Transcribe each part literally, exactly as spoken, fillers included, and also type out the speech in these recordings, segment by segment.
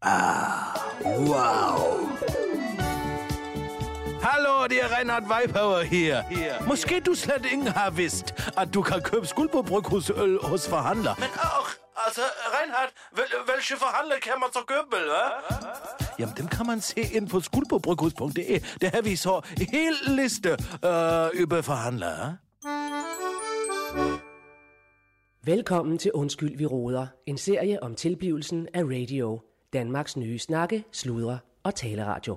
Ah, wow. Hallo, det er Reinhard Weipauer her. Måske du slet ikke har vidst, at du kan købe Skuldborg-Bryghusøl hos forhandler. Men også, altså, Reinhard, hvil, hvilke forhandler kan man så købe, hva'? Jamen, dem kan man se ind på skuldborgbryghus punktum d e. Der har vi så en hel liste øh, über forhandlere. Velkommen til Undskyld, vi roder. En serie om tilblivelsen af radio. Danmarks nye snakke, sludre og taleradio.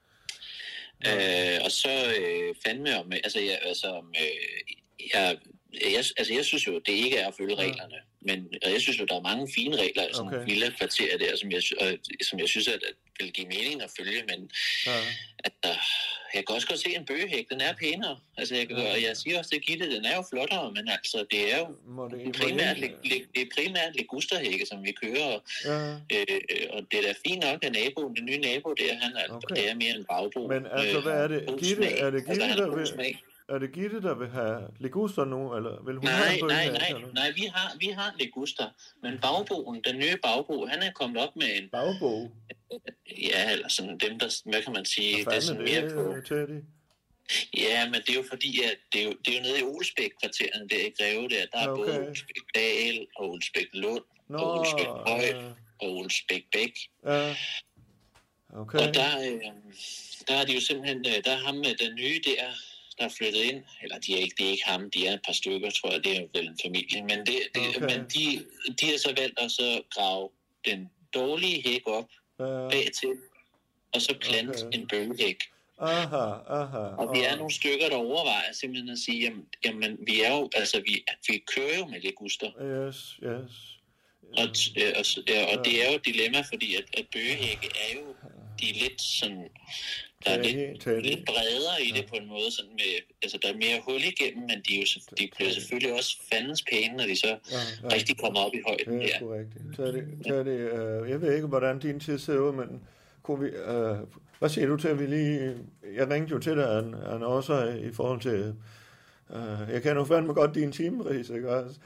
Øh, og så øh, fandme om, altså, jeg, altså, øh, jeg, jeg, altså, jeg synes jo, det ikke er at følge reglerne, men og jeg synes jo, der er mange fine regler i sådan okay. Lille kvarter der, som jeg, øh, som jeg synes, at, at vil give mening at følge, men ja. at, øh, jeg kan også godt se en bøgehæk, den er pænere, altså, jeg, ja. og jeg siger også, at Gitte, den er jo flottere, men altså, det er jo det primært, det, det er primært ligusterhække, som vi kører, ja. øh, og det er da fint nok, at naboen, den nye nabo der, han er, okay. det er mere en bagbo. Men altså, hvad er det? Gitte, er det Gitte, altså, der vil... Er det Gitte, der vil have liguster nu, eller vil hun nej, have en nej, nej, nej, nej, vi har, vi har liguster, men bagboen, den nye bagbo, han er kommet op med en... Bagbo? Ja, eller sådan dem, der, hvad kan man sige, det er sådan mere det, på... Teddy? Ja, men det er jo fordi, at det er jo, det er jo nede i Olsbæk-kvarteren, der i Greve der, der er okay. både Olsbæk-Dal og Olsbæk-Lund, Nå, og Olsbæk-Høj ja. og Olsbæk-Bæk. Ja. Okay. Og der, øh, der er de jo simpelthen, der er ham med den nye der, der er flyttet ind, eller de er ikke, det er ikke ham, de er et par stykker, tror jeg, det er vel en familie, men, det, det, okay. men de, de har så valgt at så grave den dårlige hæk op uh, bagtil, og så plante okay. en bøgehæk. Aha, aha, og vi er aha. nogle stykker, der overvejer simpelthen at sige, jamen, jamen vi er jo, altså vi, vi kører jo med liguster. Yes, yes. Og, og, og, og det er jo et dilemma, fordi at, at bøgehække er jo, de er lidt sådan, der er lidt, lidt bredere i det ja. på en måde, sådan med, altså der er mere hul igennem, men de, er jo, de bliver selvfølgelig også fandens pæne, når de så ja, ja. rigtig kommer op i højden. Det er sgu rigtigt. Tag det, tag det, uh, jeg ved ikke, hvordan din tid ser ud, men kunne vi, uh, hvad siger du til, at vi lige, jeg ringte jo til dig, en, en også i forhold til, uh, jeg kan jo fandme godt din timepris, ikke også?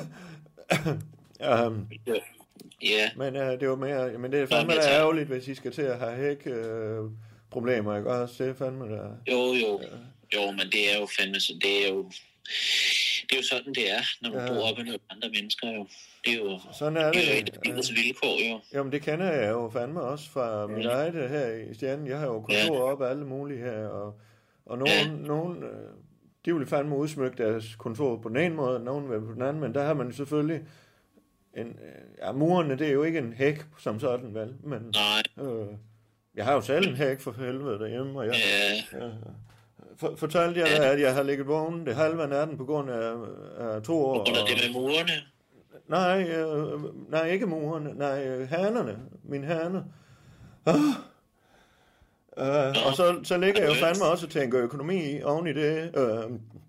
um, ja. Ja. Men uh, det var mere, men det er fandme da ærgerligt, hvis I skal til at have hæk uh, problemer, ikke også? Det er fandme der. Jo, jo. Ja. Jo, men det er jo fandme, det er jo, det er jo sådan, det er, når man ja. bor op med andre mennesker, jo. Det er jo, sådan er det. Det er jo et livets ja. vilkår, jo. Jamen, det kender jeg jo fandme også fra ja. mit eget her i Stjernen. Jeg har jo kontor ja. op af alle mulige her, og, og nogen, ja. nogen de vil fandme udsmykke deres kontor på den ene måde, og nogen vil på den anden, men der har man selvfølgelig en, ja, murene, det er jo ikke en hæk som sådan, vel? Men, nej. Øh, jeg har jo selv en hæk for helvede derhjemme, og jeg... Ja. jeg for, fortalte jeg dig, at jeg har ligget vågen det halve af natten på grund af, af to år. På grund af det med murene? Nej, øh, nej, ikke murene, nej, hanerne, mine haner. Ah. Uh, og så, så ligger jeg jo fandme også og tænker økonomi oven i det. Uh,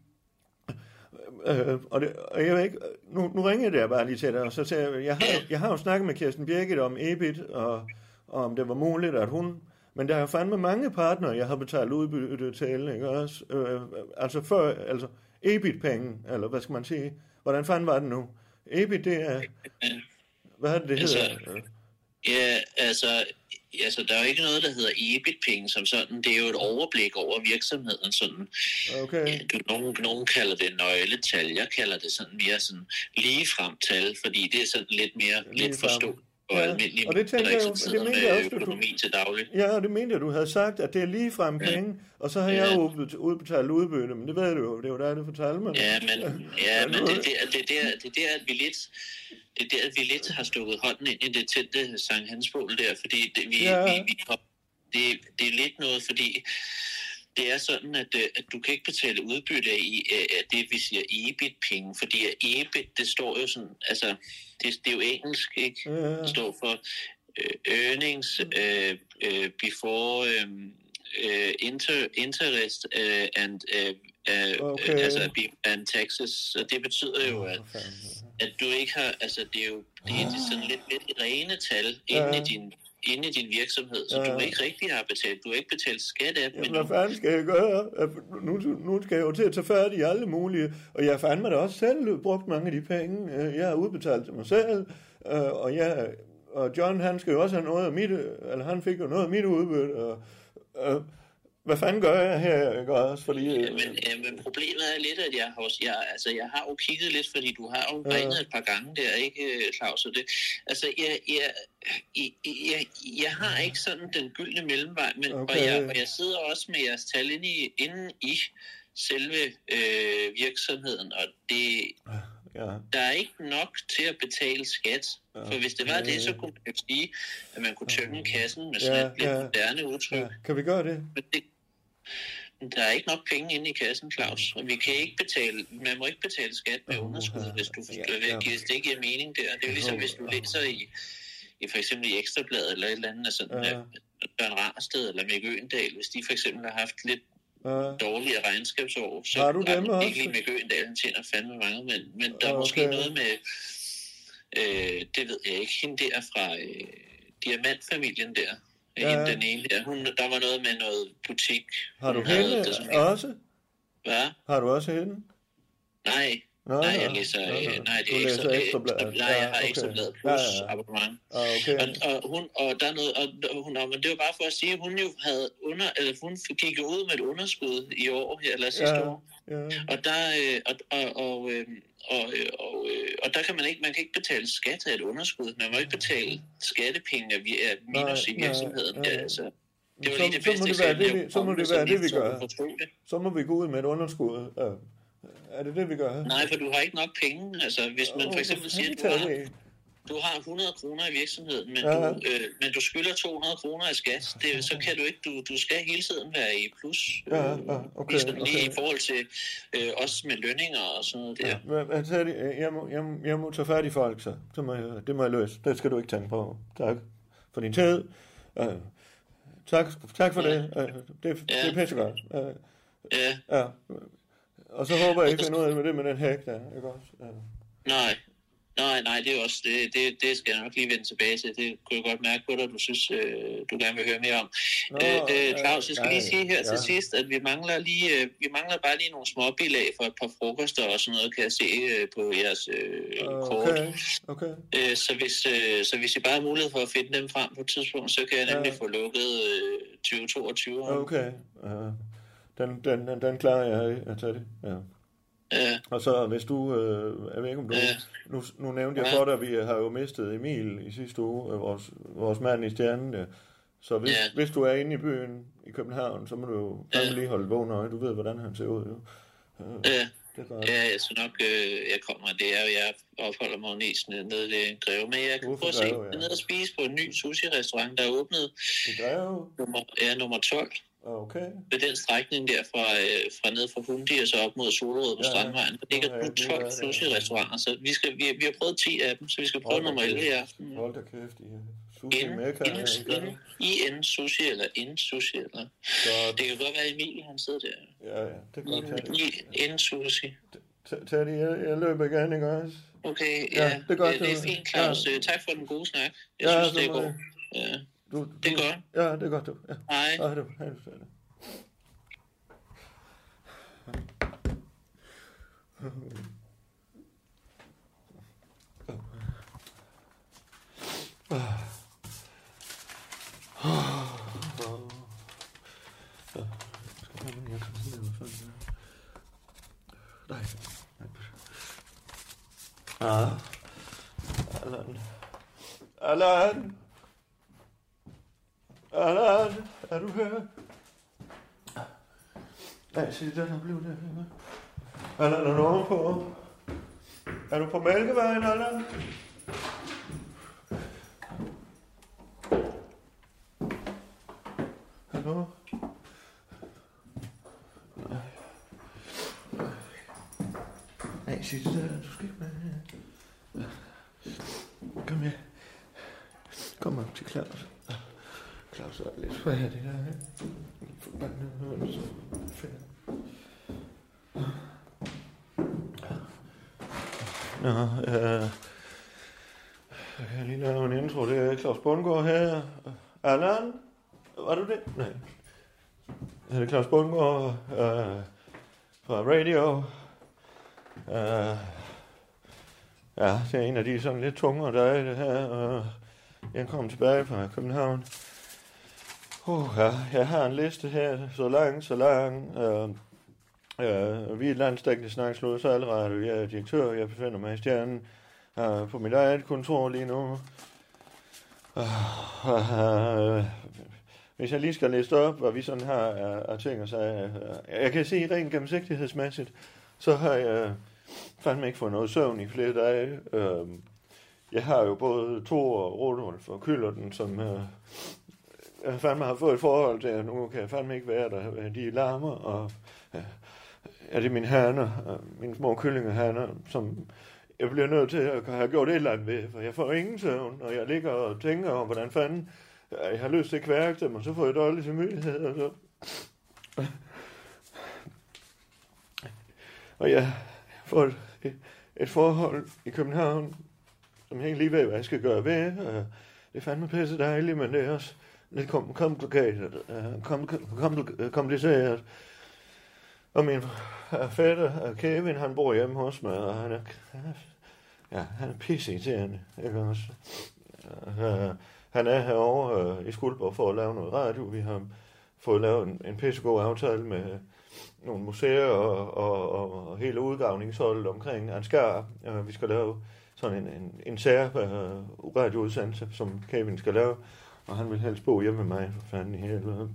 uh, og, det og jeg ved ikke, nu, nu ringer jeg bare lige til dig, og så siger jeg, jeg har, jeg har jo snakket med Kirsten Birgit om E B I T, og, og om det var muligt, at hun... Men der er jo fandme mange partnere, jeg har betalt udbytte til, ikke også? Uh, altså før, altså E B I T-penge, eller hvad skal man sige? Hvordan fanden var det nu? E B I T, det er... Hvad er det, det hedder? Altså, ja, altså... Altså, der er jo ikke noget, der hedder E B I T-penge som sådan. Det er jo et overblik over virksomheden. Sådan. Okay. Ja, du, nogen, nogen kalder det nøgletal. Jeg kalder det sådan mere sådan ligefrem tal, fordi det er sådan lidt mere lige let forstået. Og, ja, og det tænker jeg jo, det mente jeg også, økonomi du, til daglig. Ja, og det mente jeg, du havde sagt, at det er ligefrem penge, ja. Og så har jeg jo udbetalt udbytte, men det ved du jo, det er jo der, du fortalte mig. Ja, men, ja, men det, det, det, det, er, det er der, at vi lidt, det er der, at vi lidt har stukket hånden ind i det tændte Sankt Hansbål der, fordi det, vi, ja. vi, vi, det, det er lidt noget, fordi det er sådan, at, at du kan ikke betale udbytte af, af det, vi siger E B I T-penge, fordi E B I T, det står jo sådan, altså, det, det er jo engelsk, ikke? Ja. Det står for uh, earnings uh, uh, before um, uh, inter, interest uh, and, uh, uh, okay. altså, and taxes, så det betyder jo, at, at du ikke har, altså, det er jo det er sådan lidt, lidt rene tal ja. inde i din inde i din virksomhed, så ja. du ikke rigtig har betalt. Du har ikke betalt skat af dem. Jamen, hvad fanden skal jeg gøre? Nu, nu skal jeg jo til at tage fat i alle mulige, og jeg har fandme da også selv brugt mange af de penge. Jeg har udbetalt til mig selv, og jeg og John, han skal jo også have noget af mit, eller han fik jo noget af mit udbytte, og, og hvad fanden gør jeg her, ikke også? Fordi, ja, men, ja, men problemet er lidt, at jeg har, også, jeg, altså, jeg har jo kigget lidt, fordi du har jo ja. ringet et par gange der, ikke, Claus? Det, altså, jeg, jeg, jeg, jeg, jeg har ikke sådan den gyldne mellemvej, men, okay. og, jeg, og jeg sidder også med jeres tal inde i, inde i selve øh, virksomheden, og det... Ja. Der er ikke nok til at betale skat. Ja. For hvis det var det, så kunne man jo sige, at man kunne tømme kassen med sådan ja, et ja. lidt moderne udtryk. Ja. Kan vi gøre det? Men det? Der er ikke nok penge inde i kassen, Claus. Og vi kan ikke betale, man må ikke betale skat med underskud, ja. hvis du ja, ja. Hvis det ikke giver mening der. Det er jo ligesom, hvis du læser i, i for eksempel i Ekstrabladet eller et eller andet, altså ja. Børn Rarsted eller Mikke Øgendal, hvis de for eksempel har haft lidt ja. dårligere regnskabsår, så har du dem også? Ikke lige Mikke Øgendal tjener fandme mange, men, men der er okay. måske noget med, øh, det ved jeg ikke, hende der fra øh, Diamantfamilien der, ja. hende den ene der, hun, der var noget med noget butik. Har du hende også? Hvad? Har du også hende? Nej. Nå, nej, jeg læser, nå, nå. nej, det er ekstra, ekstra, Ekstrabladet. ekstra, nej, jeg har ja, Ekstrabladet okay. plus ja, ja. abonnement. Ah, okay. og, og, hun, og der er noget, og hun, men det var bare for at sige, at hun jo havde under, eller hun gik ud med et underskud i år, eller sidste ja, år. Ja. Og der, og, og, og, og, og, og der kan man ikke, man kan ikke betale skat af et underskud. Man må ikke betale skattepenge via minus nej, i virksomheden. Nej, ja, altså. Det var så, lige det bedste så må det være eksempel, det, vi, så må det være det, vi gør. Det. Så må vi gå ud med et underskud. Ja. Er det det, vi gør? Nej, for du har ikke nok penge. Altså, hvis man oh, for eksempel siger, at du har, du har hundrede kroner i virksomheden, men, ja. du, øh, men du skylder to hundrede kroner af skat, det, så kan du ikke, du, du skal hele tiden være i plus. Ja, ja, okay, ligesom lige okay. i forhold til øh, også med lønninger og sådan noget der. Ja, men, altså, jeg, må, jeg, må, jeg må tage færdig folk, så. så må jeg, det må jeg løse. Det skal du ikke tænke på. Tak for din tid. Uh, tak, tak for ja. det. Uh, det. Ja. Det er pissegodt. Uh, ja. ja. Og så håber jeg ikke, at noget med det med den hæk der, ikke også? Ja. Nej, nej, nej, det er også, det, det, det skal jeg nok lige vende tilbage til. Det kunne jeg godt mærke på dig, du synes, øh, du gerne vil høre mere om. Nå, øh, øh, Claus, jeg skal ja, lige sige her ja. til sidst, at vi mangler lige, øh, vi mangler bare lige nogle små bilag for et par frokoster og sådan noget, kan jeg se øh, på jeres øh, kort. Okay, okay. Øh, så, hvis, øh, så hvis I bare har mulighed for at finde dem frem på et tidspunkt, så kan jeg nemlig ja. få lukket øh, tyve toogtyve. Okay, uh. Den, den, den, den klarer jeg at tage det, ja. Ja. Og så hvis du, øh, jeg ved ikke om du, ja. nu, nu nævnte jeg ja. for dig, at vi har jo mistet Emil i sidste uge, vores, vores mand i stjernen der. Så hvis, ja. hvis du er inde i byen i København, så må du jo ja. lige holde vågen øje, du ved, hvordan han ser ud. Jo. Ja, ja. ja jeg skal nok, øh, jeg kommer, det er jo, jeg opholder mig næsten nede ved Greve, men jeg kan Hvorfor prøve at se, Greve, ja. ned og spise på en ny sushi-restaurant, der er åbnet. I Greve? Nummer, ja, nummer tolv. Okay. Ved den strækning der fra, øh, fra ned fra Hundi og så op mod Solrød på ja, Strandvejen. Der ligger ja, kun tolv sushi-restauranter, så vi, skal, vi, vi har prøvet ti af dem, så vi skal prøve nummer elleve i aften. Hold da kæft, I sushi mekka. I en sushi eller en sushi. Eller. Det kan godt være Emil, han sidder der. Ja, ja, det kan godt være. I en sushi. Tag det, jeg, jeg løber igen, ikke også? Okay, ja, ja det, er godt, det, det er fint, Claus. Ja. Tak for den gode snak. Jeg ja, synes, det er godt. Ja. Du, du, det er godt. Ja, det er godt, du. Ja. Hej. Hej, du. Hej, du. Ah. Allan. Allan. Allan. Er du her? Nej, se, den har blevet der. Allan, er du ovenpå? Er du på Mælkevejen, Allan? Hallo? Nej. Nej, sig det der, du skal ikke med her. Kom her. Kom op til Claus. Claus er lidt færdig der, ikke? Forbandet hører så færdig. Nå, øh... Jeg kan lige lave en intro. Det er Claus Bundgaard her. Allan? Var du det? Nej. Det er Claus Bundgaard øh, fra Radio. Øh, ja, det er en af de sådan lidt tungere, der er i det her. Øh, jeg kom tilbage fra København. Uh, ja, jeg har en liste her, så lang, så lang. Uh, uh, vi er et landstækkende snakslud, så allerede. Jeg er direktør, jeg befinder mig i Stjernen. Uh, på mit eget kontor lige nu. Uh, uh, hvis jeg lige skal læse op, hvad vi sådan har af, af ting og sager. Uh, jeg kan sige rent gennemsigtighedsmæssigt, så har jeg fandme ikke fået noget søvn i flere dage. Uh, jeg har jo både Thor og Rudolf og Kyllerten, som uh, jeg fandme har fået et forhold til, og nu kan jeg fandme ikke være der. De larmer, og uh, ja, det er mine haner, uh, mine små kyllingehaner, som jeg bliver nødt til at have gjort et eller andet ved, for jeg får ingen søvn, og jeg ligger og tænker om, hvordan fanden jeg har lyst til at kværke dem, og så får jeg dårlig samvittighed, og så... Og jeg får et, et, et forhold i København, som jeg ikke lige ved, hvad jeg skal gøre ved. Det er fandme pisse dejligt, men det er også lidt komplikeret, kompliceret. Og min fætter, Kevin, han bor hjemme hos mig, og han er, ja, han er pisseirriterende, ikke også? Han er herovre i Skuldborg for at lave noget radio. Vi har fået lavet en, en pissegod aftale med nogle museer og, og, og, og hele udgravningsholdet omkring Ansgar. Vi skal lave sådan en, en, en sær uh, radioudsendelse, som Kevin skal lave, og han vil helst bo hjemme med mig, for fanden i helvede.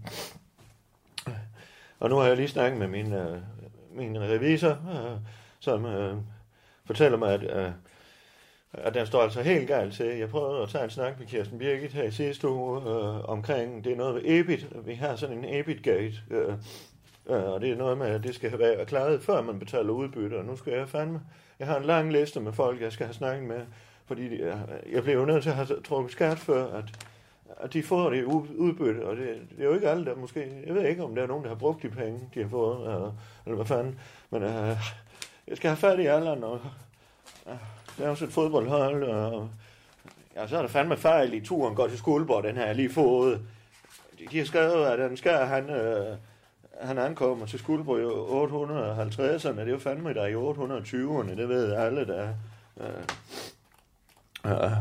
Og nu har jeg lige snakket med min, uh, min revisor, uh, som uh, fortæller mig, at, uh, at den står altså helt galt til. Jeg prøvede at tage en snak med Kirsten Birgit her i sidste uge uh, omkring, det er noget ved EBIT. Vi har sådan en EBIT-gate, uh, uh, og det er noget med, at det skal være klaret, før man betaler udbytte. Og nu skal jeg fandme... Jeg har en lang liste med folk, jeg skal have snakket med, fordi jeg, jeg bliver jo nødt til at have trukket skat før, at, at de får det udbytte, og det, det er jo ikke alle, der måske... Jeg ved ikke, om der er nogen, der har brugt de penge, de har fået, eller, eller hvad fanden, men uh, jeg skal have fat i alderen, og uh, der er også et fodboldhold, og ja, så er der fandme fejl i turen går til Skuldborg, den har jeg lige fået. De, de har skrevet, at den skal han... Uh, Han ankommer til Skuldborg i otte hundrede og halvtredserne, det er jo fandme der i otte hundrede og tyverne, det ved alle, der øh, øh,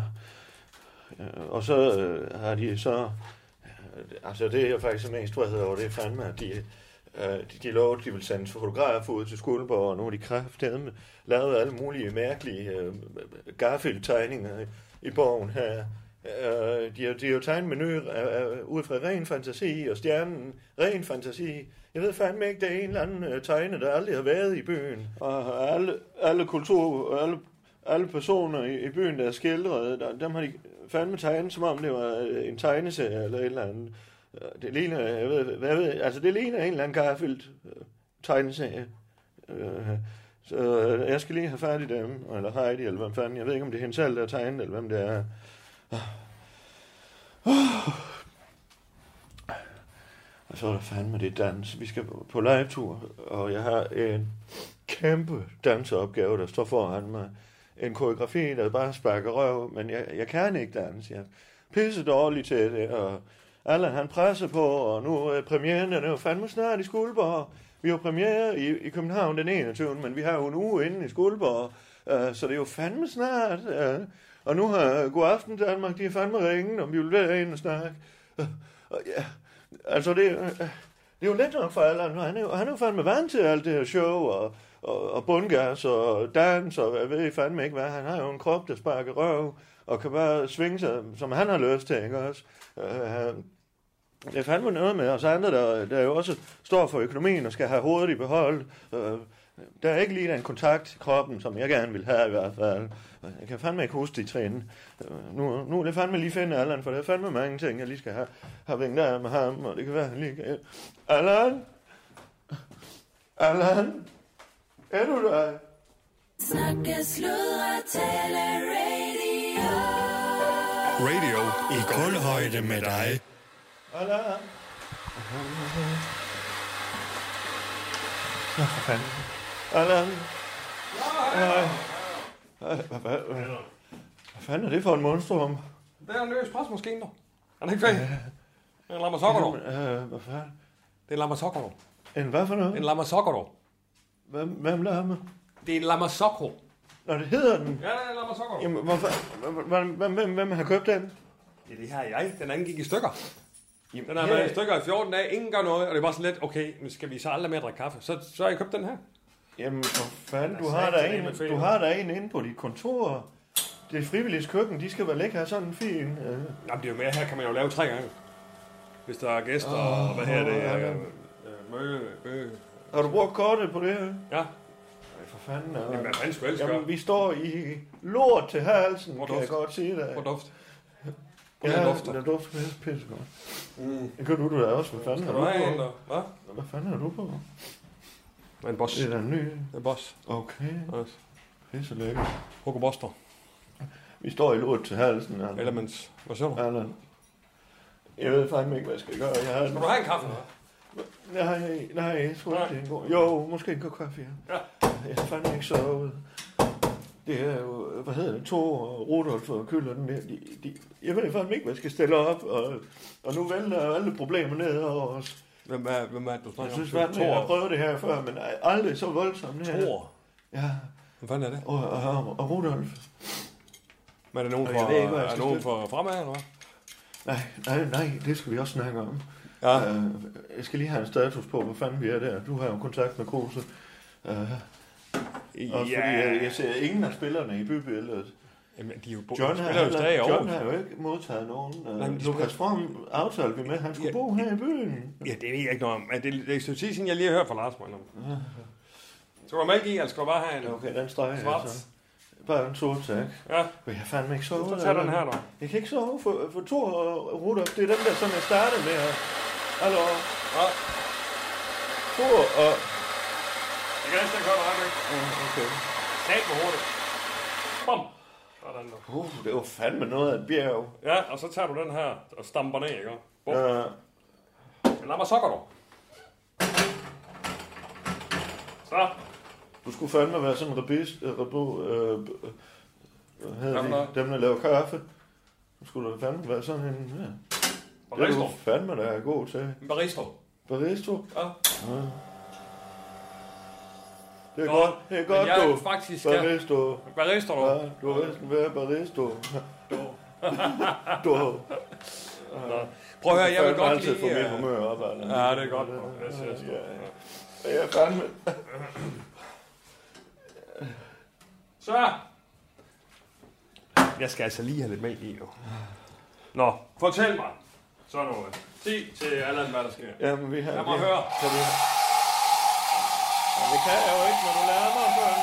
øh, og så øh, har de så, øh, altså det er faktisk mest stresset over, det er fandme, at de, øh, de, de lovede, de vil sende fotografer ud til Skuldborg, og nu har de kraftedeme lavet alle mulige mærkelige øh, Garfield-tegninger i, i borgen her. Uh, de, har, de har jo tegnet menu uh, ud fra ren fantasi, og Stjernen, ren fantasi. Jeg ved fandme ikke, det er en eller anden uh, tegne, der aldrig har været i byen. Og alle, alle kultur, alle, alle personer i, i byen, der er skildret, der, dem har de fandme tegnet, som om det var en tegneserie eller et eller andet. Uh, det ligner, jeg ved, hvad ved, altså det ligner en eller anden Garfield uh, tegneserie. Uh, så uh, jeg skal lige have fat i dem, eller Heidi, eller hvad fanden. Jeg ved ikke, om det er hende selv, der er tegnet, eller hvem det er. Og så er der fandme det dans. Vi skal på live-tur, og jeg har en kæmpe danseopgave, der står foran mig. En koreografi, der bare sparker røv, men jeg, jeg kan ikke danse. Jeg er pisse dårlig til det, og Allan han presser på, og nu er premieren, den er jo fandme snart i Skuldborg. Vi har premiere i, i København den enogtyvende, men vi har jo en uge inden i Skuldborg, uh, så det er jo fandme snart. Uh, Og nu har God Aften Danmark, de har fandme ringet, om vi vil være inde og snakke. Og ja, altså det, det er jo let nok for Allan, han er jo, han er jo fandme vant til alt det her show, og, og, og bundgas, og dans, og jeg ved fandme ikke hvad. Han har jo en krop, der sparker røv, og kan bare svinge sig, som han har lyst til, ikke også? Det er fandme noget med os andre, der, der jo også står for økonomien, og skal have hovedet i behold. Der er ikke lige den kontakt i kroppen, som jeg gerne vil have i hvert fald. Jeg kan fandme ikke huske de træne. Nu, nu er det fandme lige finde Allan, for der er fandme mange ting, jeg lige skal have, have vinget af med ham, og det kan være lige... Allan? Allan? Er du der? Snakke, sludre, tale, radio. Radio i kulhøjde med dig. Allan? Nå, for fanden. Allan? Nej. Hvad, hvad, hvad, hvad fanden er det for en monstrum? Det er en løs presmaskine, dog. Er det ikke fedt? Det er en Lamasokoro. Hvad fanden? Det er en Lamasokoro. En hvad for noget? En Lamasokoro. Hvem, hvem lader mig? Det er en Lamasokoro. Nå, det hedder den? Ja, det er en Lamasokoro. Jamen, hvorfor? Hvem, hvem, hvem har købt den? Ja, det her jeg. Den anden gik i stykker. Jamen, den har været i stykker i fjorten dage. Ingen gør noget, og det var sådan lidt, okay, men skal vi så aldrig mere drikke kaffe? Så, så har jeg købt den her. Jamen, for fanden, du har, der en, du har der en inde på dit kontor. Det frivillige køkken, de skal vel ikke have sådan en fin... Øh... Jamen, det er jo mere, her kan man jo lave tre gange. Hvis der er gæster, oh, og hvad her det er. Mø, mø. Har du brugt kortet på det her? Ja. For fanden. Ja. Jamen, hvad fanden skulle jeg Jamen, vi står i lort til halsen, Hvor kan duft? jeg godt sige det. Hvor duft? Ja, den dufter. den dufter pisse, pisse godt. Mm. Det kan du da også. Hvad fanden Skal har du du have en på? der? Hvad? Hvad fanden har du på? En boss. Det er da en ny. En boss. Okay. Yes. Pisse lækkert. Hugo Boster. Vi står i lort til halsen. Allan. Elements. Hvad siger du? Allan. Jeg ved faktisk ikke, hvad jeg skal gøre. Jeg har... Skal du have en kaffe? Nej, nej, jeg tror ikke, det er en god... Jo, måske en kop kaffe, ja. Ja. Jeg er fandme ikke sovet. Det er jo, hvad hedder det, to og Rudolf og Køller, de, de, jeg ved fandme ikke, hvad jeg skal stille op, og, og nu vælter alle problemer ned over os. Hvem er, hvem er det, du snakker om? Jeg synes fandme, jeg har prøvet det her før, men aldrig så voldsomt her. Thor? Ja. Hvad fanden er det? Og, og, og Rudolf. Men er det nogen Og for, jeg ved ikke, hvad jeg er skal nogen stille. for fremad, eller hvad? Nej, nej, nej, det skal vi også snakke om. Ja. Uh, jeg skal lige have en status på, hvor fanden vi er der. Du har jo kontakt med Kruse. Uh, Også Ja. fordi jeg, jeg ser ingen af spillerne i bybilledet. Jamen, de er jo bo- John, de har, spiller jo stadig i John Aarhus. har jo ikke modtaget nogen. Uh, Nej, men de Lukas spiller- From aftalte vi med, at han skulle Ja. bo her i byen. Ja, det ved jeg ikke noget om. Men det, det er så tit siden, jeg lige har hørt fra Lars Brøndum. Skal du have mælk i, eller skal du bare have en Okay, den streger jeg svart? så. Bare en sort tak. Ja, Men jeg fandme ikke sove. så tag den her, dog. Jeg kan ikke sove for, for Thor og Rudolf. Det er dem der, som jeg startede med her. Hallo. Ja. Thor og... Jeg kan næsten komme ret, ikke? Okay. Sat på hurtigt. Bum. Sådan der. Uh, det var fandme noget af et bjerg. Ja, og så tager du den her og stamper ned, ikke? Bum. Uh, Men lad mig sokker, du. Så. du skulle fandme være sådan en rebist, uh, rebu, uh, hvad hedder Hvad for de? Dem, der laver kaffe. Du skulle da fandme være sådan en... Ja. Det er Baristo. du fandme, der er god til. En baristo. Baristo? Ja. Ja. Det er Nå, godt, det er men godt, jeg du. faktisk skal... Baristo. Baristo, du. Ja, du har næsten været baristo. Du. Du. Nå. Prøv at høre, jeg vil godt altid få lige... mit øh, humør op. Allan. Ja, det er godt. Yes, yes. Ja, ja. Jeg er fandme... Så. Jeg skal altså lige have lidt mælk i nu. Nå, fortæl mig. Så nu. Sig til Allan, hvad der sker. Jamen, vi har... Lad mig vi, høre. Kan vi... Ja, det kan jeg jo ikke, når du lader mig sådan.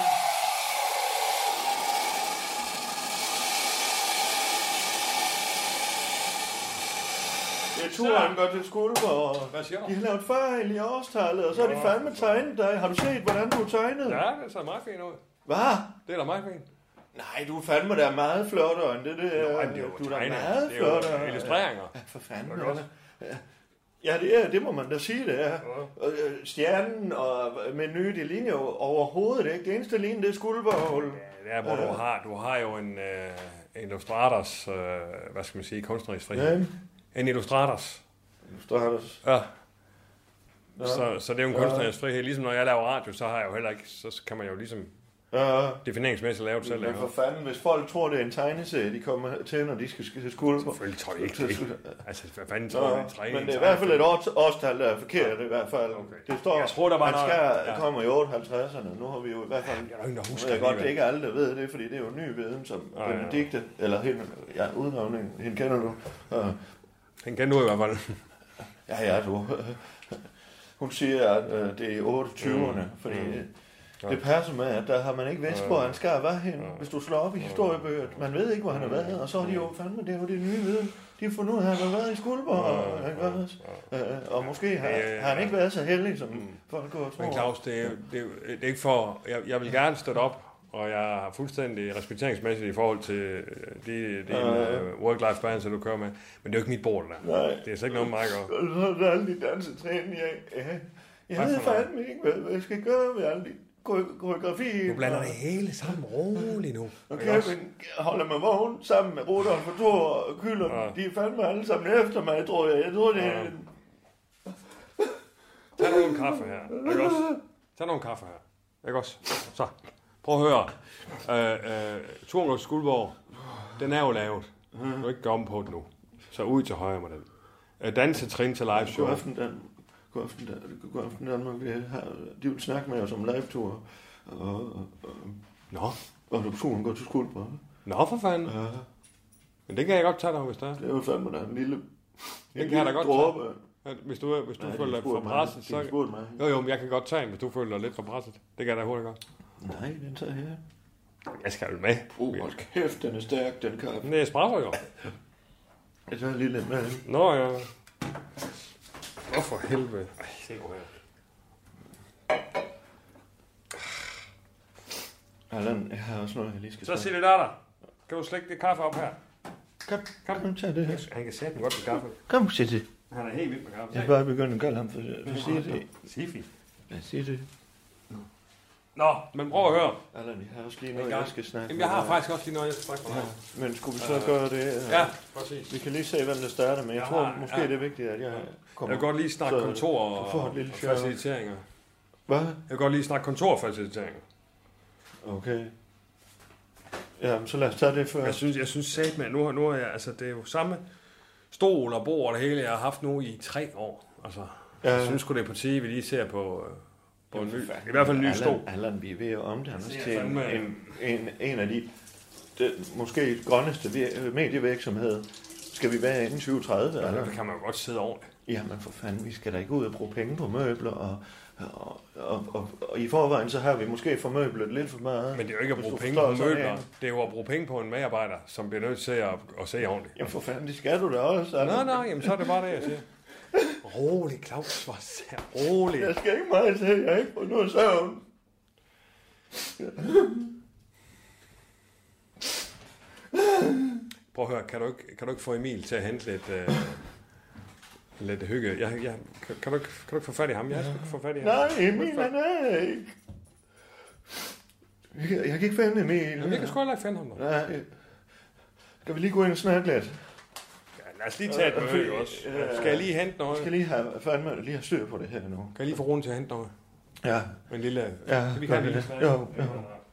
Jeg tror, han går til Skuldborg. Hvad siger du? De har lavet fejl i årstallet, og så har de fandme tegnet dig. Har du set, hvordan du er tegnet? Ja, det ser meget fint ud. Hvad? Det er da meget fint. Nej, du er fandme der meget flottere end det der. Nå, men det er jo du er da tegnet. meget Det er jo flottere. illustreringer. Ja, for fanden. Det er godt. Ja, det er, det må man da sige, det er. Og, øh, stjernen og menu, det ligner jo overhovedet ikke. Det eneste lignende, det er Skuldborg. Ja, det er, hvor du har, du har jo en uh, illustrators, uh, hvad skal man sige, kunstnerisk frihed. Ja, En illustrators. Illustrators. Ja. Ja. Så, så det er jo en Ja. kunstnerisk frihed. Ligesom når jeg laver radio, så har jeg jo heller ikke, så kan man jo ligesom Ja, defineringsmæssigt lave det selv. men ikke? for fanden, hvis folk tror, det er en tegneserie, de kommer til, når de skal til Skuldborg. Selvfølgelig tror jeg ikke det. Ikke. Altså, hvad fanden Nå, tror jeg, det er træning? men det er i hvert fald et år, årstal, der er forkert i hvert fald. Okay. Det står, Jeg tror, der var man noget- skal ja. kommer i otteoghalvtredserne. Nu har vi jo i hvert fald... Ja, der er ingen, der Nu husker ved jeg godt, det er alligevel. ikke alle, der ved det, fordi det er jo ny viden, som Ja, ja. Benedikte, eller hende, ja, udnavningen, hende kender du. Uh, Den kan du i hvert fald. ja, ja, du. Hun siger, at uh, det er otteogtyverne, mm. fordi Mm. mm. det passer med, at der har man ikke vidst, hvor han skal være hen, hvis du slår op i historiebøger. Man ved ikke, hvor han har været, og så er de jo fandme, det er jo det nye viden. De har fundet ud af, at han har været i Skuldborg, uh, og måske har, har han ikke været så heldig, som folk går og tror. Men Claus, det er, jo- det, er, jo- det er ikke for... Jeg, jeg vil gerne støtte op, og jeg har fuldstændig respekteringsmæssigt i forhold til øh, de, de uh, work-life balance, du kører med. Men det er jo ikke mit bord, der. Nej. Det er så ikke noget med mig at gøre. Og så er der alle de dansetræning, jeg, jeg, jeg Hvad ved for noget? fandme ikke, hvad, hvad jeg skal gøre med alle de koreografien. Du blander det hele sammen roligt nu. Og Ikke også? Kevin holder mig vågen sammen med Rudolf og Thor og Kyller. Ja. De er fandme alle sammen efter mig, tror jeg. Jeg tror, det er... Ja. Tag nu en kaffe her. Ikke også? Tag nu en kaffe her. Ikke også? Så. Prøv at høre. Øh, øh, Turen til Skuldborg, den er jo lavet. Du kan ikke gøre om på det nu. Så ud til højre med den. Dansetrin til live show. God aften, Dan. God aften, Dan. God aften, Danmark. Vi har, de vil snakke med os om live-tour. Og, og, og, Nå. Og adoptionen går til Skuldborg. Nå, for fanden. Ja. Men det kan jeg godt tage dig, hvis der er. Det er jo fandme, der er en lille... Det kan jeg da godt dråbe. tage. Hvis du, hvis du Nej, føler dig for mig. presset, så... Mig. Jo, jo, men jeg kan godt tage den, hvis du føler dig lidt for presset. Det kan jeg da hurtigt godt. Nej, den tager her. Jeg skal jo med. Uh, hold kæft, den er stærk, den kaffe. Men det er espresso, jo. Jeg tager lige lidt med. Nå, ja. Åh, for helvede. Ej, se nu her. Allan, jeg har også noget, jeg lige skal Så sig det der, der. Kan du slække det kaffe op her? Kom, kom, kom, tag det her. Han kan sætte den godt med kaffe. Kom, sig det. Han er helt vild med kaffe. Jeg skal bare begynde at kalde ham for, for sige det. Sig fint. Ja, sig det. Nå, men prøv at høre. Allan, jeg har også lige noget, jeg skal snakke. Jamen, jeg har faktisk også lige noget, jeg skal snakke med dig. Ja, men skulle vi så gøre det? Ja, præcis. Vi kan lige se, hvem der starter med. Jeg, jeg tror har, måske, ja. det er vigtigt, at jeg kommer. Jeg vil godt lige snakke kontor og, og faciliteringer. Hvad? Jeg vil godt lige snakke kontor og faciliteringer. Okay. Ja, så lad os tage det før. Jeg synes, jeg synes sagt med, nu, nu er jeg, altså, det er jo samme stol og bord og det hele, jeg har haft nu i tre år. Altså, ja. Jeg synes sgu, det er på tide, vi lige ser på, på en ny, i hvert fald en ny Allan, stol. Allan, vi er ved at omdanne os til en, en, en, en af de, det, måske grønneste medievirksomheder. Skal vi være inden tyve tredive? Ja, det kan man jo godt sidde ordentligt. Jamen for fanden, vi skal da ikke ud og bruge penge på møbler, og, og, og, og, og i forvejen så har vi måske formøblet lidt for meget. Men det er jo ikke at bruge penge på møbler, det er jo at bruge penge på en medarbejder, som bliver nødt til at, at se ordentligt. Jamen for fanden, det skal du da også. Nej, nej, jamen så er det bare det, jeg siger. Rolig, Claus, hvor ser rolig. Jeg skal ikke meget til, jeg har ikke fået noget søvn. Prøv at høre, kan du ikke, kan du ikke få Emil til at hente lidt, uh, lidt hygge? Jeg, jeg, kan, kan, du ikke, kan du ikke få fat i ham? Jeg skal ikke få fat i ham. Nej, Emil, han er ikke. Jeg, jeg kan ikke finde Emil. Jamen, jeg kan sgu heller ikke finde ham. Nej. Skal vi lige gå ind og snakke lidt? Ja, lad os lige tage et møde også. Skal jeg lige hente noget? Jeg skal lige have, fandme, lige have styr på det her nu. Kan jeg lige få Rune til at hente noget? Ja. En lille... Ja, kan vi have en lille jo, jo, jo.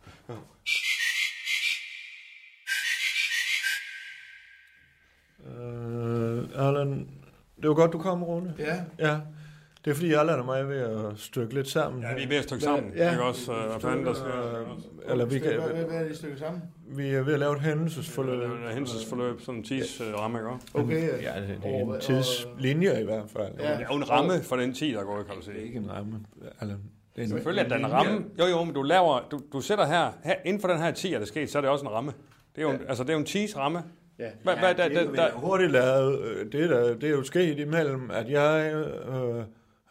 Uh, Allan, det var godt, du kom, Rune. Ja. Ja. Det er fordi, Allan og mig er ved at stykke lidt sammen. Ja, vi er ved at stykke sammen. Ja. Ikke også? Uh, fanden, der skal... Uh, eller vi kan... Hvad er det stykke sammen? Vi er ved at lave et hændelsesforløb. Et hændelsesforløb, sådan en tidsramme, ikke også? Okay. Ja, det er en tidslinje i hvert fald. Ja. Det er jo en ramme for den tid, der går, kan du sige. Det er ikke en ramme, Allan. Det er en selvfølgelig er den en ramme. Jo, jo, men du laver... Du, du sætter her, her... Inden for den her tid, er det sket, så er det også en ramme. Det er jo, ja. Altså, det er jo en tidsramme. Ja, Hva, hva, da, det er da, da, hurtigt lavet. Det, der, det er jo sket imellem, at jeg øh,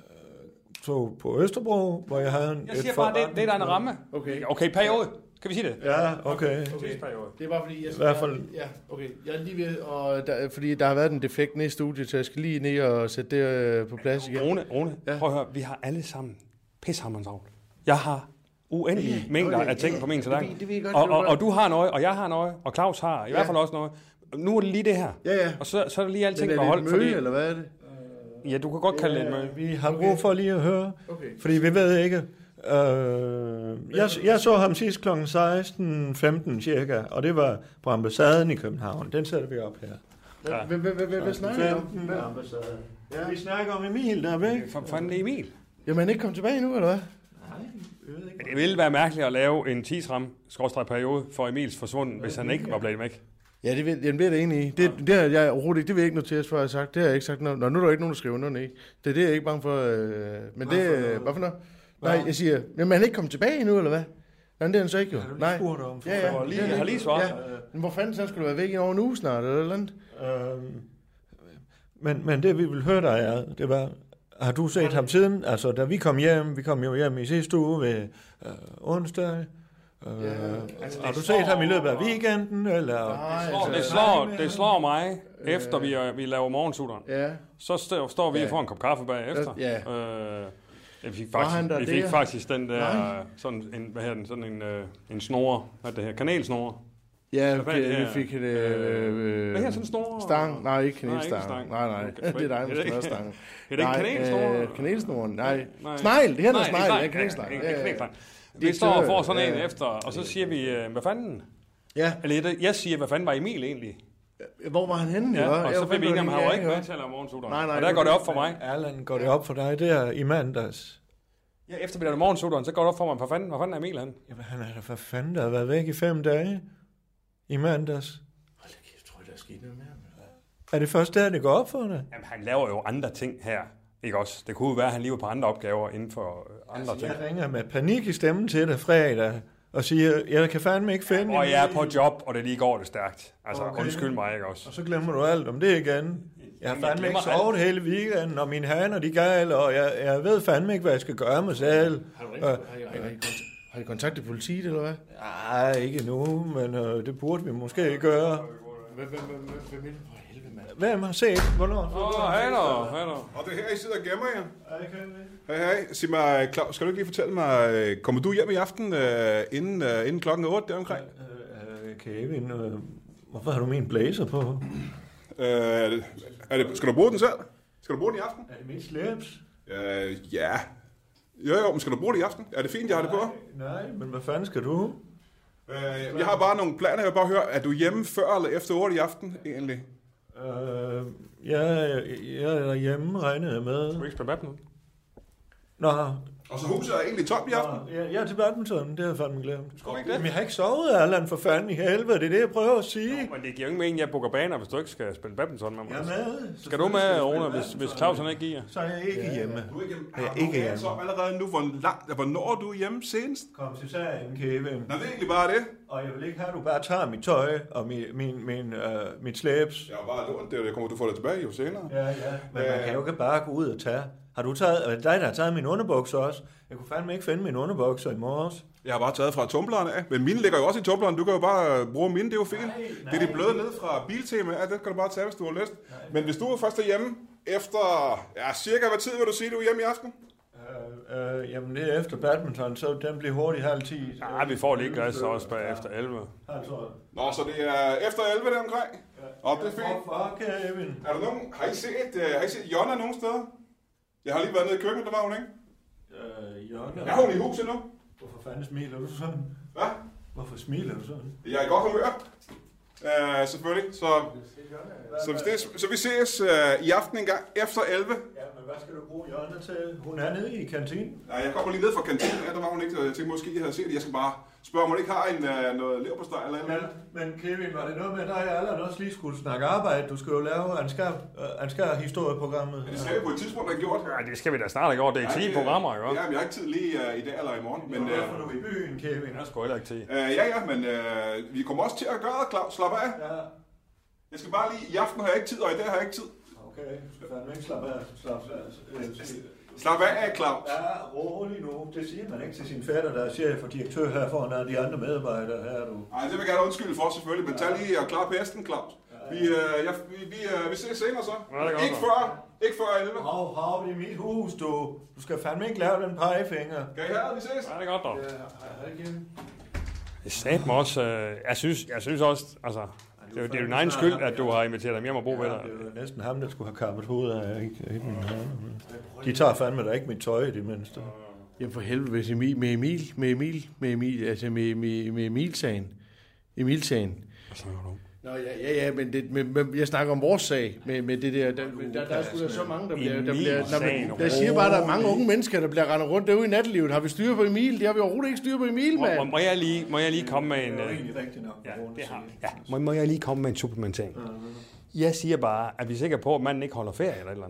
tog på Østerbro, hvor jeg havde en... Jeg siger bare, det, det er der en ramme. Okay. Okay, periode. Skal vi sige det? Ja, okay. Okay. Det var fordi, jeg, I hvert fald... Ja, okay. Jeg er lige ved, og der, fordi der har været en defekt nede i studiet, så jeg skal lige ned og sætte det øh, på plads igen. Rune, Rune, ja. Prøv at høre, vi har alle sammen pishammerens avl. Jeg har uendelige okay. mængder okay. af ting på min tallerken. Og, og, og du har noget, og jeg har noget, og Claus har i ja. hvert fald også noget. Nu er det lige det her. Ja, ja. Og så, så er der lige alting beholdt. Er det et møde, fordi... eller hvad er det? Ja, du kan godt kalde det et møde. Vi har brug for lige at høre, okay. fordi vi ved ikke... Øh, jeg, jeg så ham sidst klokken seksten femten cirka, og det var på ambassaden i København. Den sætter vi op her. Ja. Hvad snakker vi om? Ja. Vi snakker om Emil, der er væk. For fanden Emil? Jamen, han er ikke kommet tilbage nu, eller hvad? Nej, jeg ved ikke. Det ville være mærkeligt at lave en tidsramme, skråstreg periode, for Emils forsvunden, hvis han ikke var blevet væk. Ja, det, vil, jamen, det er det enig i. Det, det har jeg overhovedet ikke, det vil jeg ikke notere, for jeg har sagt. Det har jeg ikke sagt. Nå, nu er der ikke nogen, der skriver noget ned. Det er det, jeg er ikke bange for. Øh, men det er... Hvad for noget? Nej, jeg siger, jamen han er ikke kommet tilbage endnu, eller hvad? Nej, det er han så ikke jo. Nej. Om, ja, ja. Lige, jeg har lige svaret. Ja. Men hvor fanden så skulle du være væk i over en uge snart, eller eller andet? Øhm, men, men det vi vil høre dig er, det var, har du set ham siden? Altså, da vi kom hjem, vi kom jo hjem i sidste uge ved øh, onsdag. Øh, ja, altså, har du set slår, ham i løbet af weekenden, eller? Nej, det slår, det slår, det slår mig, øh, efter vi, vi laver morgensutteren. Ja. Så står, står vi ja. og får en kop kaffe bagefter. Ja. Øh, Jeg fik faktisk, vi fik faktisk den der, sådan en, hvad hedder den, sådan en, øh, en snore, hvad det her, kanelsnore. Ja, okay, vi fik et... Øh, øh, hvad her, sådan en snore? Stang? Nej, ikke kanelstang. Nej, nej, nej. Okay. Det er dig, der skal stang. Er det ikke kanelsnore? Øh, kanelsnoren, nej. nej. Snegl, det her er snegl, det er kanelstang. Vi står og får sådan en efter, og så siger vi, hvad fanden? Ja. Eller jeg siger, hvad fanden var Emil egentlig? Hvor var han henne? Ja, og og så fik vi ikke, om han var ikke med til at lave morgensutteren. Nej, nej. Og der går det op for mig. Allan, går det op for dig der i mandags? Ja, efter vi lavede morgensutteren, så går det op for mig, hvor fanden, hvor fanden er Emil han? Jamen, han er da for fanden, der har været væk i fem dage. I mandags. Hold da kæft, tror jeg, der er sket noget mere. Er det først der, det går op for dig? Jamen, han laver jo andre ting her. Ikke også? Det kunne jo være, at han lige var på andre opgaver inden for andre altså, ting. Jeg ringer med panik i stemmen til dig fredag og siger, jeg kan fandme ikke finde... Ja, og jeg er på job, og det lige går det stærkt. Altså, okay. Undskyld mig, ikke også? Og så glemmer du alt om det igen. Jeg har fandme ikke sovet hele weekenden, og mine haner, de gale, og jeg, jeg ved fandme ikke, hvad jeg skal gøre med selv. Har du, har, har, har I kontaktet politiet, eller hvad? Nej, ikke nu, men øh, det burde vi måske gøre. Hvem har set? Hvornår? Åh, hej da, hej da. Og det er her, I sidder og gemmer jer. Hej, hej. Sig mig, Claus, skal du ikke lige fortælle mig, kommer du hjem i aften uh, inden, uh, inden klokken otte deromkring? Uh, uh, Kevin, uh, hvorfor har du min blazer på? Uh, er det, er det, skal du bruge den selv? Skal du bruge den i aften? Er det mit slips? Uh, ja. Jo, jo, men skal du bruge det i aften? Er det fint, jeg har det på? Nej, men hvad fanden skal du? Uh, jeg har bare nogle planer, jeg vil bare høre, er du hjemme før eller efter otte i aften, egentlig? Uh, jeg, jeg er hjemme, regnede jeg med. Du ikke spille badminton? Nå. Og så huset er egentlig tomt i aften? Nå, jeg, jeg er til badminton, det har jeg fandme glemt. Skulle ikke det? Men jeg har ikke sovet, Allan, for fanden i helvede, det er det, jeg prøver at sige. Nå, men det giver jo ikke mening, at jeg booker baner, hvis du ikke skal spille badminton med mig. Jeg er med. Skal du med, Rune, hvis, hvis Claus han ikke giver? Så er jeg ikke ja, hjemme. Du er ikke hjemme. Jeg er ikke hjemme. Så allerede nu, hvor langt, hvornår er du hjemme senest? Kom til sagen, Kevin. Nå, det er egentlig bare det. Og jeg vil ikke have, at du bare tager mit tøj og min, min, min, uh, mit slæbs. Jeg har bare lånt det, og det kommer du få det tilbage jo senere. Ja, ja. Men man kan jo ikke bare gå ud og tage. Har du taget, er det dig, der har taget mine underbukser også? Jeg kunne fandme ikke finde mine underbukser i morges. Jeg har bare taget fra tumbleren af. Men mine ligger jo også i tumbleren. Du kan jo bare bruge mine, det er jo fint. Nej, nej, det er de bløde ned fra Biltema. Ja, det kan du bare tage, hvis du har lyst. Nej, men hvis du er først hjemme efter... Ja, cirka hvad tid vil du sige, du er hjemme i aften? Uh, uh, jamen, det er efter badminton, så den bliver hurtigt halv ti. Nej, vi får lige græs også bag efter elleve. Nå, så det er efter elleve der omkring? Og det er fint. Hvorfor, Kevin? Er der nogen... Har I set, uh, har I set Jonna nogen steder? Jeg har lige været nede i køkkenet, der var hun, ikke? Øh, Jonna... Er hun i huset nu? Hvorfor fanden smiler du sådan? Hvad? Hvorfor smiler du sådan? Jeg er i godt humør. Uh, selvfølgelig. Så, så, hvis det, så vi ses uh, i aften en gang efter elleve. Ja, men hvad skal du bruge Jonna til? Hun er nede i kantinen. Nej, jeg kommer lige ned fra kantinen. Ja, der var hun ikke. Jeg tænkte måske, jeg havde set det. Jeg skal bare spørge, om hun ikke har en, uh, noget leverpostej eller noget. Men, men Kevin, var det noget med dig, at Allan også lige skulle snakke arbejde? Du skal jo lave Ansgar, uh, Ansgar historieprogrammet. Ja, det skal vi på et tidspunkt have gjort. Ja, det skal vi da snart have gjort. Det er ti ja, programmer, ikke? Ja, men jeg har ikke tid lige uh, i dag eller i morgen. Men, uh, hvorfor er du i byen, Kevin? Jeg skal heller ikke tid. Uh, ja, ja, men uh, vi kommer også til at gøre det, Claus. Slap af. Ja. Jeg skal bare lige... I aften har jeg ikke tid, og i dag har jeg ikke tid. Okay, du skal fandme ikke slappe af. Slap af. Slap af, Claus. Ja, rolig nu. Det siger man ikke til sin fætter, der er chef og direktør her foran af de andre medarbejdere her, du. Nej, det vil jeg gerne undskylde for selvfølgelig, men tag lige og klar pesten, Claus. Vi, øh, jeg, vi, vi, øh, vi ses senere så. Ja, godt, ikke før, ikke før elleve. Hav, hav, det er mit hus, du. Du skal fandme ikke lave den pegefinger. Kan I have det? Vi ses. Ja, det er godt, dog. Ja, hej igen. Det sagde mig også, øh, jeg synes, jeg synes også, altså... Det er jo din egen skyld, at du har inviteret dem hjem og bo ved dig. Ja, det er næsten ham, der skulle have kappet hovedet af. Ikke, ikke de tager fandme da ikke mit tøj i det mindste. Jamen for helvede, hvis Emil, med Emil, med Emil, med Emil, altså med, med, med Emil-sagen. Emil-sagen. Hvad snakker du om? Nå ja, ja, ja, men det, med, med, jeg snakker om vores sag, med, med det der, der, der, der er sgu da så mange, der bliver, der bliver, der, der, der siger bare, at der er mange unge mennesker, der bliver rendet rundt derude i nattelivet. Har vi styr på Emil? Det har vi overhovedet ikke styr på Emil, mand. Må, må, jeg lige, må jeg lige komme med en... Det er egentlig rigtigt nok. Ja, det har ja. Må, må jeg lige komme med en supplementering? Uh-huh. Jeg siger bare, at vi er sikre på, at manden ikke holder ferie eller et eller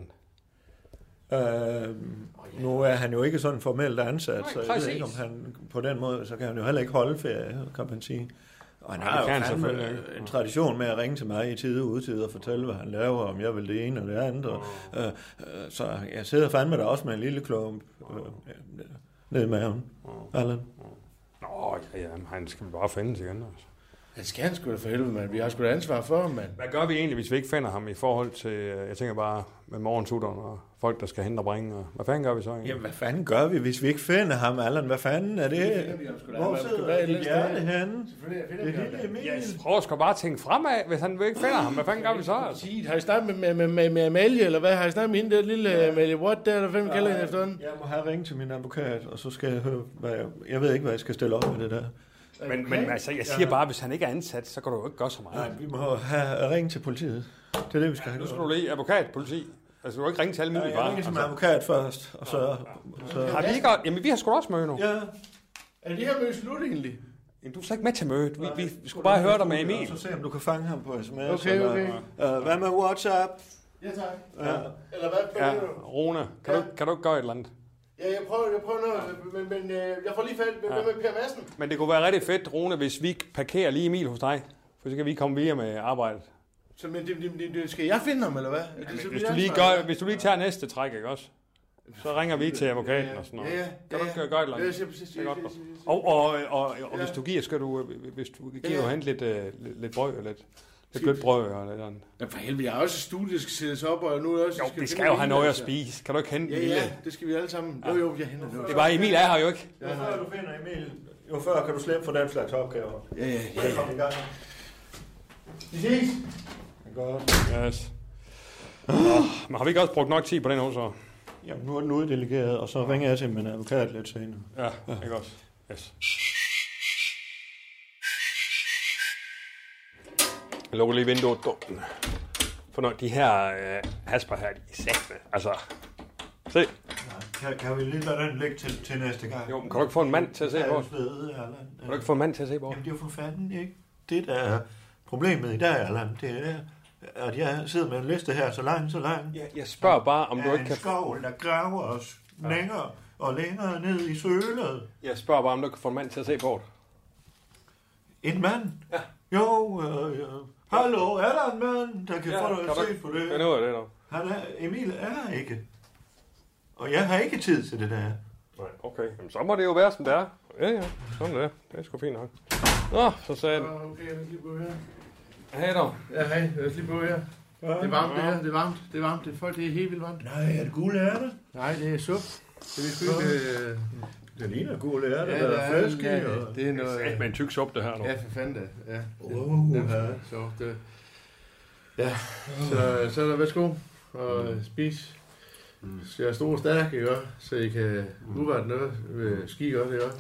andet. Uh, nu er han jo ikke sådan formelt ansat, nej, så jeg præcis. ved ikke, om han på den måde, så kan han jo heller ikke holde ferie, kan man sige. Og han har jo fandme en tradition med at ringe til mig i tide og udtid og fortælle, hvad han laver, om jeg vil det ene og det andet. Og, øh, øh, så jeg sidder fandme der også med en lille klump øh, ned i maven. Allan. Nå, ja, ja, han skal bare findes igen. Altså. Det skal han sgu da for helvede, mand. Vi har sgu da ansvar for ham, mand. Hvad gør vi egentlig, hvis vi ikke finder ham i forhold til, jeg tænker bare, med morgensutteren og folk, der skal hente og bringe? Og hvad fanden gør vi så egentlig? Jamen, hvad fanden gør vi, hvis vi ikke finder ham, Allan? Hvad fanden er det? Hvor sidder dit hjerte henne? Det er helt Emil. Jeg prøver sgu bare at tænke fremad, hvis han ikke finder ham. Hvad fanden gør vi så? Altså? Har I snakket med, med, med, med Amalie, eller hvad? Har I snakket med hende der lille Amalie Watt der, eller hvem kalder hende efterhånden? Jeg må have ringet til min advokat, og så skal jeg høre, hvad jeg, jeg ved ikke, hvad jeg skal stille op med det der. Men, men altså, jeg siger bare, hvis han ikke er ansat, så kan du jo ikke gøre så meget. Nej, vi må have ringe til politiet. Det er det, vi skal have. Nu skal du lige advokat, politi. Altså, du kan ikke ringe til alle mulige bare. Jeg ringer til altså. advokat først, og så... så... Har vi ikke... Jamen, vi har sgu da også møde nu. Ja. Er det her møde slut egentlig? Jamen, du er så ikke med til mødet. Vi, vi, vi skulle bare høre dig med Emil. Så se, om du kan fange ham på sms. Okay, okay. Eller, uh, hvad med WhatsApp? Ja, tak. Ja. Eller hvad? Ja, Rune, kan, ja. du, kan du ikke gøre et eller andet? Ja, jeg prøver, jeg prøver noget, men, men jeg får lige fat med, ja. med Per Madsen. Men det kunne være rigtig fedt, Rune, hvis vi parkerer lige Emil hos dig. For så kan vi komme videre med arbejdet. Så men det, det, det, skal jeg finde ham, eller hvad? Ja, det, hvis, du lige gør, hvis du lige tager næste træk, ikke også? Så ringer vi til advokaten ja, ja. og sådan noget. Ja, ja. Kan du ikke ja, ja. gøre et eller andet? Ja, præcis. Ja, og, og, og, og, og ja. hvis du giver, skal du, hvis du giver, ja. du hente lidt, uh, lidt, lidt brød, lidt, lidt blødt brød eller noget andet. Ja, for helvede, jeg har også et studie, der skal sættes op, og nu er også... Jo, skal vi skal jo have noget at spise. Kan du ikke hente ja, Emil? Ja, det skal vi alle sammen. Jo, jo, jeg henter noget. Det er bare, Emil er her jo ikke. Jo før du finder Emil, jo før kan du slippe for den slags opgaver. Ja, ja, ja. ja. Kom i gang. Vi ses. Godt. Yes. Oh, men har vi ikke også brugt nok tid på den her så? Jamen, nu er den uddelegeret, og så ringer jeg til min advokat lidt senere. Ja, ja. Ikke også? Yes. Jeg lukker lige vinduet. For når de her øh, hasper her, de er sætte. Altså, se. Nej, kan, kan vi lige lade den ligge til, til næste gang? Jo, men kan du ikke få en mand til at se på os? Ved, Allan. Kan du ikke få en mand til at se på os? Jamen, det er jo for fanden ikke. Det, der er problemet i dag, Allan, det er, at jeg sidder med en liste her så langt, så langt. Ja, jeg spørger bare, om du ikke kan... en skov, der graver os ja. længere og længere ned i sølet. Jeg spørger bare, om du kan få en mand til at se på det. En mand? Ja. Jo, øh, øh. Hallo, er der en mand, der kan ja, få dig at se på det? Ja, nu er det dog. Han er, Emil er her ikke. Og jeg har ikke tid til det der. Nej, okay. Jamen, så må det jo være, som det er. Ja, ja. Sådan det er. Det er sgu fint nok. Nå, så sagde den. Okay, jeg vil lige på her. Hej dog. Ja, hej. Jeg vil lige på her. Det er varmt, det her. Det er varmt. Det er varmt. Det er folk, det er helt vildt varmt. Nej, er det gule ærter? Nej, det er sup. Det er sgu ikke... Det ligner gule ærter, ja, der er flæsk i. Ja, det er noget... Det er med en tyk sup, det her nu. Ja, for fanden det. Ja. Uh, det er så det... Ja, så, så er der værsgo og mm. spis. Mm. Så jeg er stor og stærk, ikke også? Så I kan udvarte noget ved ski også, ikke også?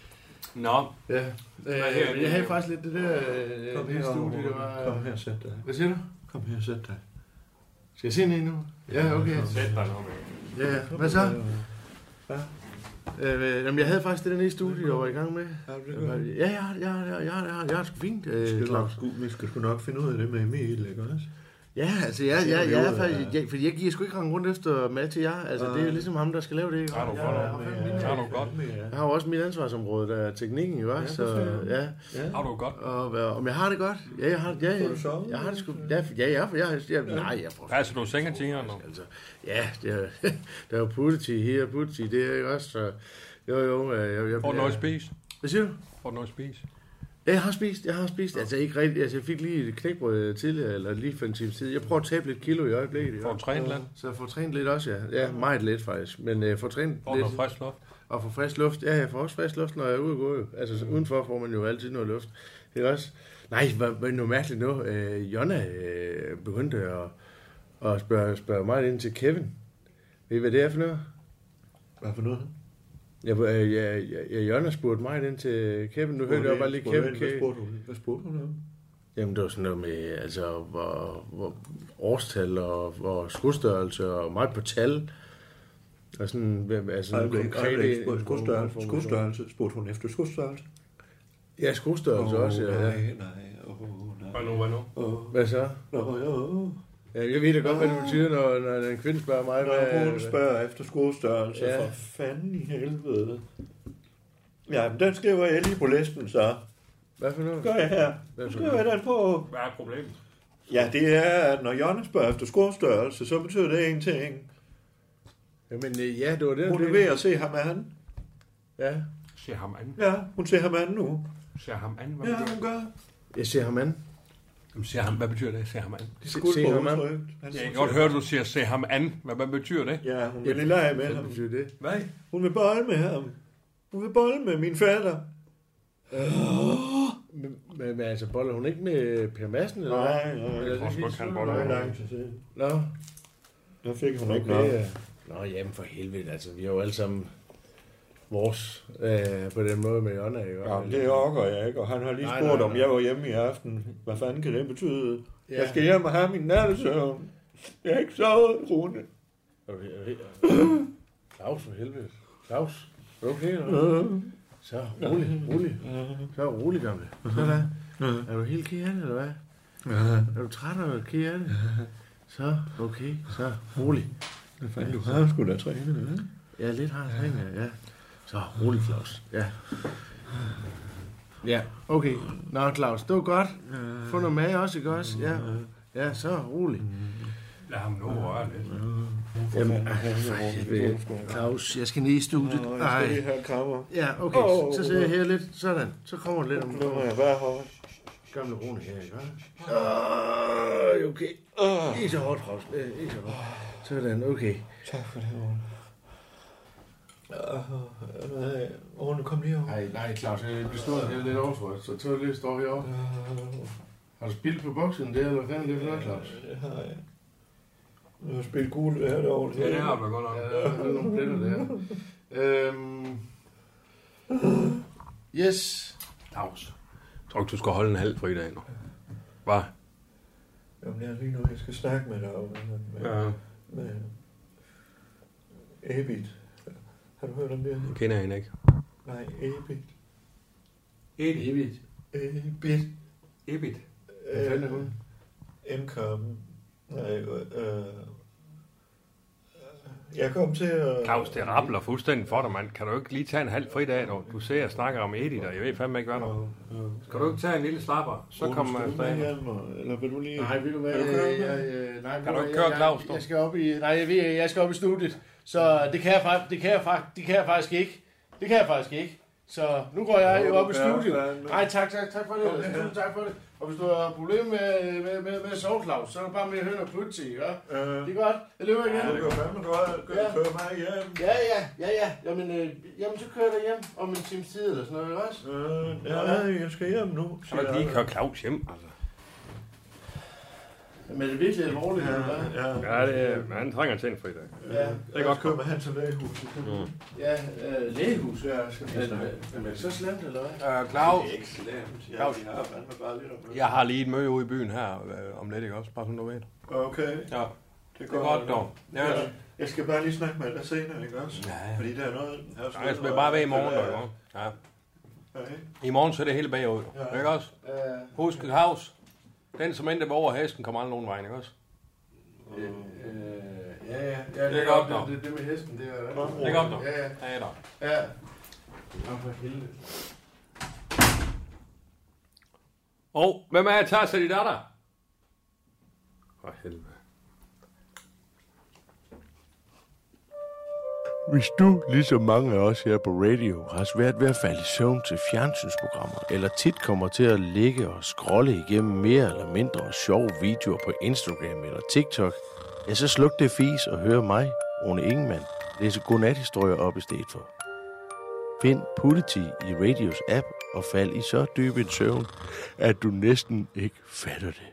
Nå. Ja. Øh, jeg havde faktisk lidt det der øh, kom her, studie, det var... Kom her, sæt dig. Hvad siger du? Kom her, sæt dig. Skal jeg se ned nu? Ja, okay. Sæt dig nu. Ja, hvad så? Hvad? Øh, jamen, jeg havde faktisk det der nede i studiet, jeg var i gang med. Ja, ja, ja, ja, ja, ja, jeg har sgu fint. Øh, vi skal sgu nok finde ud af det med Emil, ikke også? Ja, altså, jeg, jeg, jeg, er faktisk, jeg, fordi jeg giver sgu ikke range rundt efter mad til jer. Altså, det er ligesom ham, der skal lave det, ikke? Ja, du godt. godt med, jeg har jo også mit ansvarsområde, der er teknikken, jo også. Så, ja. Har du godt? Og, om jeg har det godt? Ja, jeg har, ja, ja, jeg har det sgu. Ja, ja, jeg, jeg, jeg, nej, jeg får... Altså, du er sengetingeren nu? Altså, ja, det er, der er jo putteti her, putteti det er ikke også, så... Jo, jo, jeg... jeg får du noget at spise? Hvad siger du? Får du noget at spise? Ja, jeg har spist, jeg har spist. Altså ikke rigtigt, altså jeg fik lige et knækbrød tidligere, eller lige for en time tid. Jeg prøver at tabe lidt kilo i øjeblikket. Får du trænet lidt? Så jeg får trænet lidt også, ja. Ja, meget lidt faktisk. Men jeg uh, får trænet får lidt. Får frisk luft? Og får frisk luft. Ja, jeg får også frisk luft, når jeg er ude og gå. Altså udenfor får man jo altid noget luft. Det er også... Nej, hvad nu mærkeligt nu. Uh, Jonna uh, begyndte at, at spørge, spørge mig ind til Kevin. Ved I, hvad det er for noget? Hvad for noget? Ja, ja, ja, ja, Jonna spurgte mig ind til Kevin. Nu hørte jeg bare lige Kevin. Hvad spurgte hun? Hvad spurgte hun om? Jamen, det var sådan noget med, altså, hvor, hvor årstal og hvor skudstørrelse og meget på tal. Og sådan, altså, en konkret... Skudstørrelse, skudstørrelse. Spurgte hun efter skudstørrelse? Ja, skudstørrelse oh, også, ja. Nej, nej, oh, nej. Hvad nu, hvad nu? Oh. Hvad så? Nå, jo. Ja, jeg ved da godt, hvad det betyder, når, når en kvinde spørger mig. Når hun hvad... spørger efter skudstørrelse, ja. For fanden i helvede. Ja, men den skriver jeg lige på listen, så. Hvad for noget? Gør jeg her. Nu skriver jeg den på. Hvad er problemet? Ja, det er, at når Jonna spørger efter skudstørrelse, så betyder det ingenting. Jamen, ja, det var det. Hun er ved at se ham an. Ja. Se ham an? Ja, hun ser ham an nu. Ser ham an? Ja, hun gør. Jeg ser ham an. Se ham, hvad betyder det? Se ham an. Det er se ham an. Jeg kan godt høre, du siger se ham an. Hvad, hvad betyder det? Ja, hun vil lege med ham. Hvad betyder det? Hvad? Hun vil bolle med ham. Hun vil bolle med min fatter. Øh, men, men, men altså, boller hun ikke med Per Madsen? Eller nej, nej. Jeg tror godt, han boller med lang tid siden. Nå. Der fik hun okay, ikke noget. Ja. Nå, jamen for helvede, altså, vi har jo alle sammen... vores øh, på den måde med Jonna, ikke? Ja, det orker jeg ikke, og han har lige spurgt, nej, nej, nej. om jeg var hjemme i aften. Hvad fanden kan det betyde? Ja. Jeg skal hjem og have min nattesøvn. Jeg har ikke sovet, Rune. Okay, okay. Claus, for helvede. Claus, okay, eller? Så, rolig, rolig. Så rolig, gamle. Sådan. Er du helt ked af det, eller hvad? Er du træt af at ked af det? Så, okay, så rolig. Hvad fanden, du har sgu da trænet, hva'? Ja, lidt har jeg trænet, ja. Så, rolig, Claus. Ja. Ja, okay. Nå, Claus, det var godt. Få noget mad også, ikke også? Ja, ja, så rolig. Lad ham nu røre lidt. Jamen, Claus, jeg skal ned i studiet. Nå, jeg skal lige have krammer. Ja, okay, oh, så sidder jeg her lidt. Sådan, så kommer det lidt om... Nu må jeg være hårdt. Gamle Rune her, ikke? Åh, okay. Ikke så hårdt, Claus. Ikke så hårdt. Sådan, okay. Tak for det, Rune. Rune, kom lige over. Nej, nej, Claus, jeg bliver stået her lidt overfor, så tør jeg lige stå herovre. Har du spillet på boksen der, eller hvad fanden det er for noget, Claus? Det har jeg. Du har spillet gul her derovre. Ja, det har du godt nok. Ja, der er nogle pletter der. Øhm... Yes. Claus, jeg tror ikke, du skal holde en halv fridag nu. Hvad? Jamen, jeg er lige nu, jeg skal snakke med dig om med, ja. med Ebit. Har du hørt om det? Jeg kender hende ikke. Nej, Ebit. Ebit? Ebit. Ebit? Hvad fanden er hun? M-kom. Nej, øh... Jeg kom til at... Claus, det rappler fuldstændig for dig, mand. Kan du ikke lige tage en halv fridag, når du ser og snakker om Edith, og jeg ved fandme ikke, hvad der. Skal du ikke tage en lille slapper? Så kommer man afsted. Eller vil du lige... Nej, vil du hvad? Kan du køre, jeg, nej, kan du ikke køre, Claus? Jeg, jeg, skal op i... Nej, jeg, ved, jeg skal op i studiet. Så det kan jeg faktisk, det kan jeg faktisk, det kan jeg faktisk ikke. Det kan jeg faktisk ikke. Så nu går jeg jo op i studiet. Nej, tak, tak, tak for det. Okay. Tak for det. Og hvis du har problemer med, med, med, med sove, Claus, så er det bare med at høre noget putti, ja? Øh. Det er godt. Jeg løber igen. Ja, det går fandme godt. Kan du køre mig hjem? Ja, ja, ja, ja. Jamen, øh, jamen så kører jeg hjem om en times tid eller sådan noget, også? Øh, ja, jeg skal hjem nu. Kan du lige køre Claus hjem, altså? Men det er virkelig alvorligt, ja, ja. Ja, det er, men han trænger til en fridag. Ja. Det er godt køre med han til lægehuset. Mm. Ja, øh, lægehus, ja. Men er det så slemt, eller hvad? Øh, Claus. Det er ikke slemt. Ja, Claus. Jeg har fandme bare lidt om det. Jeg har lige et møde ude i byen her øh, om lidt, ikke også? Bare sådan du ved. Okay. Ja. Det er godt, dog. Ja, ja. Jeg skal bare lige snakke med dig senere, ikke også? Ja, ja. Fordi der er noget... Ja, jeg skal bare være i morgen, dog, ikke? Ja. Okay. I morgen så er det hele bagud, ja. Ikke også? Ja. Husk Claus. Den, som endte over hesten, kommer aldrig nogen vej, ikke også? Øh, øh, ja, ja. Ja, det er godt nok. Det, det med hesten, det er... Det er godt nok. Ja, ja. Ja, da. Ja. Nå, for helvede. Og hvem er jeg tager sig dit datter? For helvede. Hvis du, ligesom mange af os her på radio, har svært ved at falde i søvn til fjernsynsprogrammer, eller tit kommer til at ligge og scrolle igennem mere eller mindre sjove videoer på Instagram eller TikTok, ja, så sluk det fis og hør mig, Rune Ingemann, læse godnathistorier op i stedet for. Find Politi i Radios app og fald i så dyb en søvn, at du næsten ikke fatter det.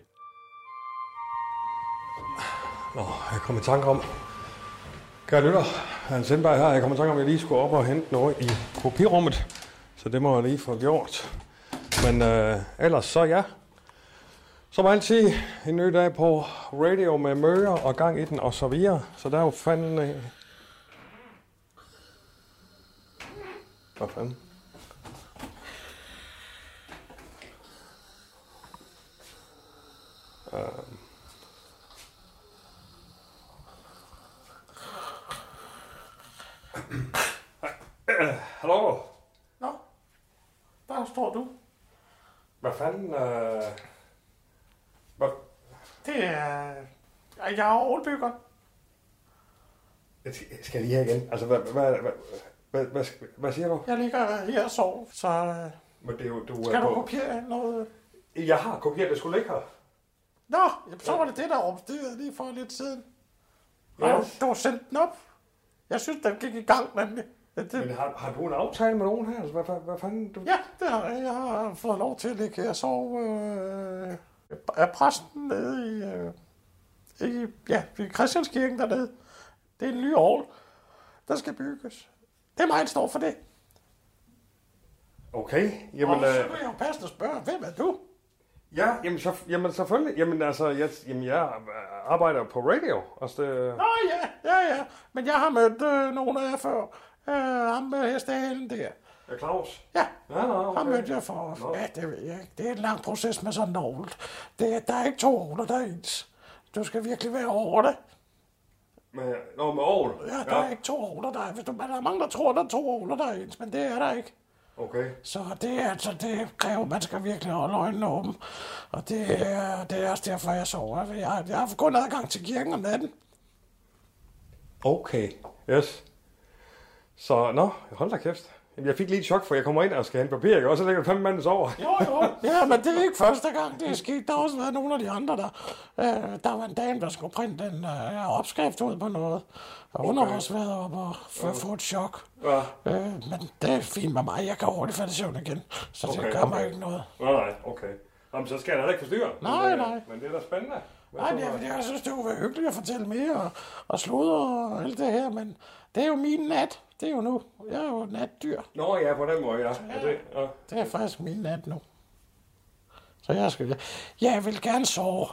Nå, jeg kom i tanke om... Kære lytter, Hans Sindberg her. Jeg kommer i tanke om, at jeg lige skulle op og hente noget i kopirummet. Så det må jeg lige få gjort. Men øh, ellers så ja. Som altid en ny dag på radio med møger og gang i den og så videre. Så der er jo fanden... Øh... Hvad fanden? Uh... Hallo? Nå, der står du. Hvad fanden? Øh... Hvad? Det er... Jeg er overbygger. Jeg skal jeg lige her igen? Altså, hvad, hvad, hvad, hvad, hvad, hvad siger du? Jeg ligger her og sover, så... Men det er jo, du skal er du på... kopiere noget? Jeg har kopieret, det skulle ligge her. Nå, så var det det, der opstyrede lige for lidt siden. Ja. Du, du har sendt den op. Jeg synes, den gik i gang, nemlig. Det... Men har, har du en aftale med nogen her? Altså, hvad, hvad, hvad fanden? Du... Ja, det har jeg. Jeg har fået lov til at ligge og sove øh, af præsten nede i, øh, i, ja, i Christianskirken dernede. Det er en ny ovl, der skal bygges. Det er mig, der står for det. Okay, jamen... Og så øh, vil jeg jo passende spørge, hvem er du? Ja, jamen, så, jamen selvfølgelig. Jamen altså, jeg, jamen, jeg arbejder på radio. Altså, det... Nå ja, ja, ja. Men jeg har mødt øh, nogle af jer før. Øh, ham med hestehalen der. Ja, Claus? Ja, ja no, okay. Ham mødte jeg for. No. Ja, det ved jeg ikke. Det er en lang proces med sådan en ovl. Det, der er ikke to ovler, der er ens. Du skal virkelig være over det. Med, nå, med ovl? Ja, der ja. er ikke to ovler, der er. Hvis du, der er mange, der tror, der er to ovler, der er ens, men det er der ikke. Okay. Så det er altså, det kræver, man skal virkelig holde øjnene åbne. Og det er, det er også derfor, jeg sover. Jeg, jeg har kun adgang til kirken om natten. Okay, yes. Så, nå, hold da kæft. Jeg fik lige et chok, for jeg kommer ind og skal hente papir, ikke? Og så ligger der fem mand over. Jo, jo. Ja, men det er ikke første gang, det er sket. Der har også været nogle af de andre, der... Øh, der var en dame, der skulle printe en øh, opskrift ud på noget. Og hun okay. har også været op og få, få et chok. Ja. Øh, men det er fint med mig. Jeg kan hurtigt falde i søvn igen. Så okay, det gør okay. mig ikke noget. Nej, nej, okay. Jamen, så skal jeg da ikke forstyrre. Nej, men, nej. Men det er da spændende. Nej, det er, fordi jeg synes, det kunne være hyggeligt at fortælle mere og, og sludre og alt det her, men det er jo min nat. Det er jo nu. Jeg er jo natdyr. Nå ja, på den måde, ja. ja, det, ja. det er faktisk min nat nu. Så jeg skal... Jeg vil gerne sove.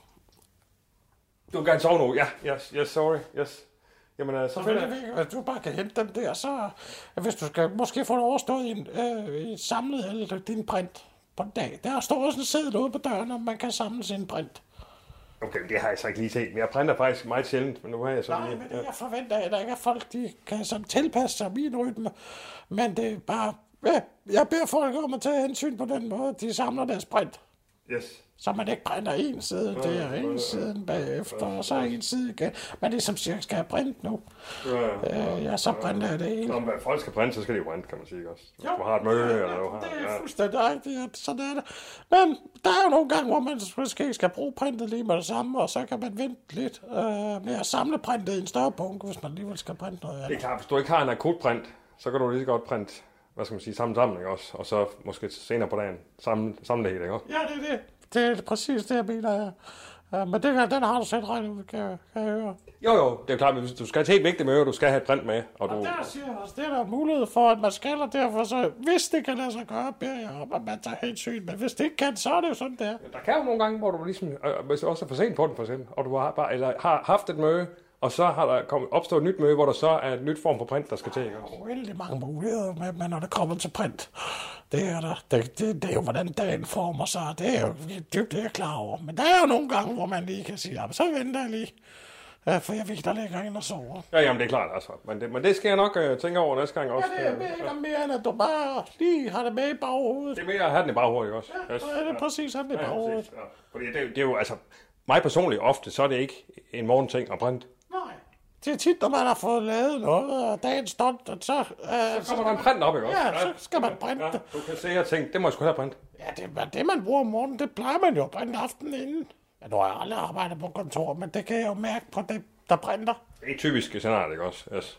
Du vil gerne sove nu? Ja, yes, yes, sorry, yes. Jamen, uh, så finder jeg... Hvis du bare kan hente dem der, så... Hvis du skal måske få det overstået i en, øh, i samlet eller din print på en dag. Der står også en seddel ude på døren, om man kan samle sin print. Okay, det har jeg så ikke lige set, men jeg printer faktisk meget sjældent, men nu har jeg så Nej, lige... men det, jeg forventer at der ikke, at folk de kan sådan tilpasse sig min rytme, men det er bare... Ja, jeg beder folk om at tage hensyn på den måde, de samler deres print. Yes. Så man ikke printer en side ja, der, en ja, side bagefter, ja, og så en side igen. Men det er som siger, skal jeg printe nu. Ja, ja, øh, ja så printer jeg det hele. Når folk skal printe, så skal de jo printe, kan man sige også. Hvis du har et møde, ja, eller du har... det er ja. fuldstændig rigtigt, sådan er det. Men der er jo nogle gange, hvor man måske skal bruge printet lige med det samme, og så kan man vente lidt øh, med at samle printet i en større punkt, hvis man alligevel skal printe noget andet. Det er klart, hvis du ikke har en akut print, så kan du lige så godt printe, hvad skal man sige, sammen sammen, ikke også? Og så måske senere på dagen, samle, samle det hele, ikke også? Ja, det er det. Det er præcis det, jeg mener. Ja, men det, den har du selv regnet ud, kan, kan jeg høre. Jo, jo, det er klart, men du skal til et vigtigt møde, du skal have et print med. Og, og du... der siger jeg også, det er der mulighed for, at man skal, og derfor så, hvis det kan lade sig gøre, beder jeg om, at man tager hensyn. Men hvis det ikke kan, så er det jo sådan, der. Ja, der kan jo nogle gange, hvor du ligesom, øh, hvis du også er for sent på den, for eksempel, og du har, bare, eller har haft et møde, og så har der kommet, opstået et nyt møde, hvor der så er et nyt form for print, der skal til. Der er jo vældig mange muligheder, med, men når det kommer til print, det er der. Det, det, det er jo, hvordan dagen former sig. Det er jo dybt, det er jeg klar over. Men der er jo nogle gange, hvor man lige kan sige, ja, så venter jeg lige. Ja, for jeg vil der ligger ind og sover. Ja, jamen det er klart, altså. Men det, men det skal jeg nok uh, tænke over næste gang også. Ja, det er ikke ja. mere, end at du bare lige har det med i baghovedet. Det er mere at have den i baghovedet, ikke også? Ja, yes. ja det er præcis have den i baghovedet. Ja, ja. Fordi det, det er jo, altså, mig personligt ofte, så er det ikke en morgenting at printe. Nej. Det er tit, når man har fået lavet noget, og dagen stund, og så... Øh, så kommer der en print op, ikke også? Ja, så skal man printe det. Ja, du kan se og tænke, det må jeg sgu have print. Ja, det, det man bruger om morgenen, det plejer man jo at printe aftenen inden. Ja, nu har jeg aldrig arbejdet på kontor, men det kan jeg jo mærke på det, der printer. Det er typisk scenarie, ikke også? Yes.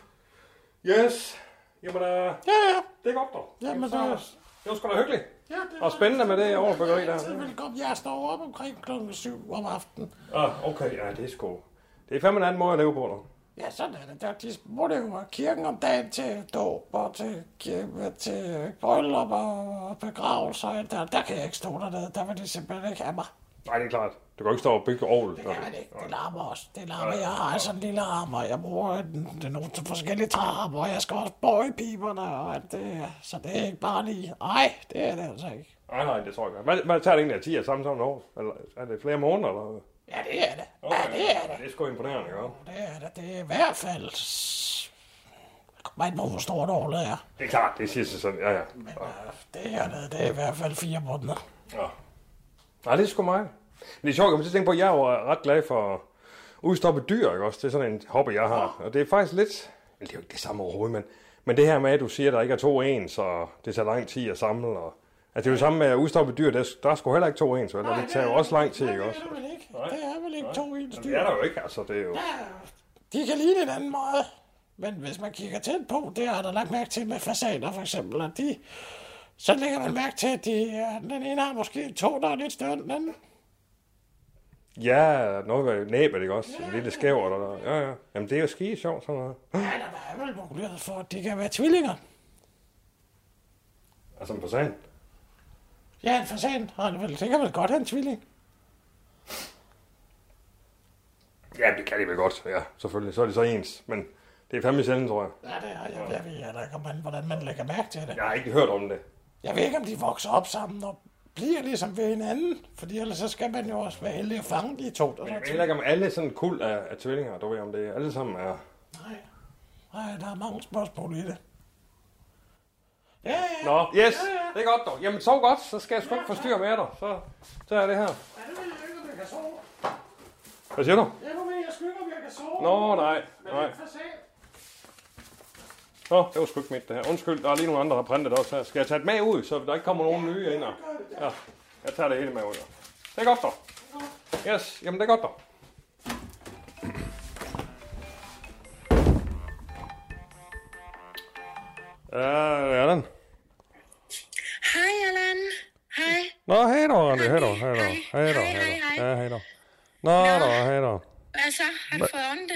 Yes. Jamen, uh, ja, ja. Det er godt, dog. Jamen, det, det var sgu da hyggeligt. Ja, det og spændende med det overbyggeri der. Det er velkommen. Jeg står op omkring klokken syv om aftenen. Ah, okay. Ja, det er sgu... Det er fandme en anden måde at leve på, dog. Ja, sådan er det. Der, de må det jo være kirken om dagen til dåb og til, til bryllup og begravelser. Der, der kan jeg ikke stå dernede. Der vil de simpelthen ikke have mig. Nej, det er klart. Du kan ikke stå og bygge ovl. Det kan man ikke. Det larmer også. Det larmer. Jeg har altså en lille arm, og jeg bruger den, den nogle forskellige træarmer, og jeg skal også bøje piberne, og alt det. Så det er ikke bare lige... Ej, det er det altså ikke. Nej, nej, det tror jeg ikke. Hvad, hvad tager det egentlig af ti af samme sammen år? Eller er det flere måneder, eller? Ja, det er det. Okay. Ja, det er det. Det er sgu imponerende, ikke? Det er det. Det er i hvert fald... Jeg kommer ikke på, hvor stort året er. Det er klart, det siger sig sådan, ja, ja. Men uh, det er det. Det er i hvert fald fire måneder. Ja. Nej, det er sgu mig. Men det er sjovt, jeg må tænke på, at jeg er ret glad for udstoppet dyr, ikke også? Det er sådan en hobby, jeg har. Og det er faktisk lidt... Det er jo ikke det samme overhovedet, men, men det her med, at du siger, at der ikke er to ens, og det tager lang tid at samle, og... Altså, det er jo det samme med at udstoppe dyr, der, der er sgu heller ikke to ens, vel? Og det tager jo også lang tid, ikke også? Nej, det er vel ikke. Det er vel ikke to ens dyr. Det er der jo ikke, altså, det er jo... Ja, de kan lide en anden måde. Men hvis man kigger tæt på, det har der lagt mærke til med fasaner, for eksempel, at de... Så lægger man mærke til, at de, den ene har måske to, der er lidt større end den anden. Ja, noget med næbet, ikke også? En lille skæv, eller ja, ja. Jamen, det er jo skide sjovt, sådan noget. Ja, der er vel mulighed for, at det kan være tvillinger. Altså en fasan? Ja, en fasan. Det kan vel godt have en tvilling. Ja, det kan de vel godt, ja, selvfølgelig. Så er det så ens, men det er fandme sjældent, tror jeg. Ja, det er jeg. Jeg ved ikke, om man, hvordan man lægger mærke til det. Jeg har ikke hørt om det. Jeg ved ikke, om de vokser op sammen og bliver ligesom ved hinanden, fordi ellers så skal man jo også være heldig at fange de to. Der men jeg ved ikke, om alle sådan kul af, af tvillinger, du ved, om det alle sammen er... Nej, nej, der er mange spørgsmål i det. Ja, ja. Nå, yes, ja, ja. Det er godt dog. Jamen, sov godt, så skal jeg sgu ikke forstyrre med dig. Så, så er det her. Ja, nu vil jeg ikke, om jeg kan sove. Hvad siger du? Ja, nu vil jeg sgu ikke, om jeg kan sove. Nå, nej, men nej. det er for sent. Nå, det var sgu ikke mit, det her. Undskyld, der er lige nogle andre, der har printet også her. Skal jeg tage det med ud, så der ikke kommer nogen nye ind? Ja, jeg tager det hele med ud. Det er godt dog. Yes, jamen det er godt dog. Ja, det er den. Hej, Allan. Hej. Nå, hej dog, Randi. Hej dog, hej dog. Hej dog, hej dog. Ja, hej dog. Nå, dog, hej dog. Hvad så? Har du fået åndet?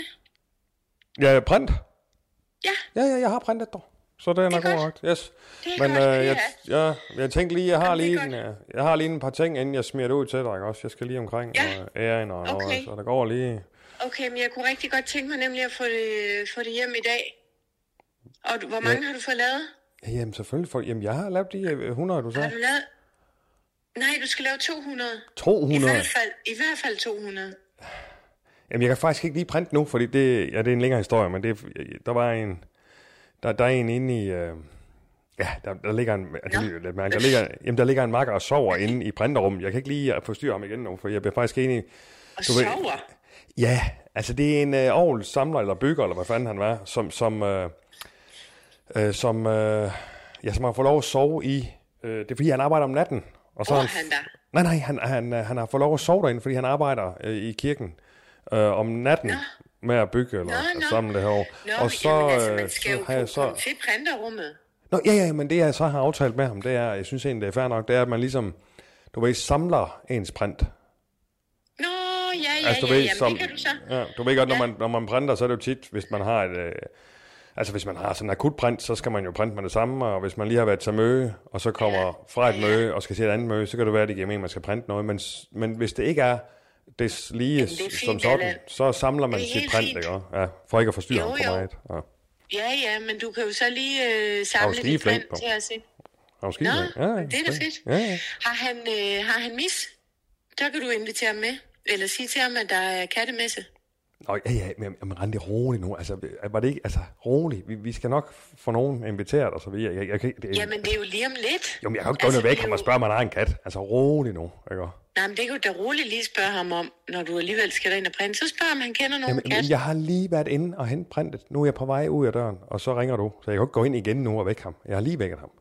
Ja, print? Ja. Ja, ja, jeg har printet dog. Så det er nok god nok. Yes. Det er Men godt, øh, jeg, ja. ja, jeg tænkte lige, jeg har, Jamen, det lige er en, øh, jeg har lige en par ting, inden jeg smider det ud til dig, ikke også? Jeg skal lige omkring Ja. og æren og Okay. noget, så der går lige... Okay, men jeg kunne rigtig godt tænke mig nemlig at få det, få det hjem i dag. Og du, hvor mange Ja. har du fået lavet? Jamen selvfølgelig, for, jamen jeg har lavet de øh, hundrede, du Har sagde. du lavet? Nej, du skal lave to hundrede. to hundrede? I hvert fald, i hvert fald to hundrede. Jamen jeg kan faktisk ikke lige printe nu, fordi det, ja, det er en længere historie, men det, der var en, der, der er en inde i, øh, ja, der, der ligger en, det lyder lidt mærkeligt, der ligger, jamen der ligger en makker og sover inde i printerrummet. Jeg kan ikke lige forstyrre ham igen nu, for jeg bliver faktisk enig. Og du ved- sover? Ja, altså det er en øh, Aarhus samler eller bygger, eller hvad fanden han var, som, som, øh, øh, som, øh, ja, som har fået lov at sove i, øh, det er fordi han arbejder om natten. Og så Bor han, han der? Nej, nej, han, han, han har fået lov at sove derinde, fordi han arbejder øh, i kirken øh, om natten Nå. med at bygge eller Nå, nå. samle det her. Nå, Og så, jamen, altså, man øh, skal jo så har jeg kunne så... komme til printerrummet. Nå, ja, ja, men det jeg så har aftalt med ham, det er, jeg synes egentlig, det er fair nok, det er, at man ligesom, du ved, samler ens print. Nå, ja, ja, Altså, du ja, ved, jamen, som, det kan du så. ja, du ved godt, når Ja. man, når man printer, så er det jo tit, hvis man har et... Øh, altså, hvis man har sådan en akut print, så skal man jo printe med det samme, og hvis man lige har været til møde, og så kommer ja. fra et møde, og skal til et andet møde, så kan det være, at det giver mening, man skal printe noget, men, s- men hvis det ikke er det lige Jamen, det er s- fint, som sådan, Allan. så samler man Det er sit helt print, fint. ikke? også? Ja, for ikke at forstyrre Jo, ham for jo. meget. Ja. Ja, ja, men du kan jo så lige øh, samle skide dit flink print på. til at se. Han var Nå, skide flink. ja, ja, det er da flink. fedt. Ja, ja. Har han, øh, har han mis? Der kan du invitere ham med. Eller sige til ham, at der er kattemesse. Nå, ja, ja, men, men Randi, rolig nu. Altså, var det ikke, altså, rolig. Vi, vi skal nok få nogen inviteret, og så videre. Jeg, jeg, kan, ikke- det, Jamen, det er jo lige om lidt. Jo, men jeg kan jo ikke Altså, gå væk det er ham og jo- spørge, om han har en kat. Altså, rolig nu, ikke? Nej, men det kan du da roligt lige spørge ham om, når du alligevel skal derind og printe. Så spørg om han kender nogen Jamen, med kat. jeg har lige været inde og hentet printet. Nu er jeg på vej ud af døren, og så ringer du. Så jeg kan jo ikke gå ind igen nu og vække ham. Jeg har lige vækket ham.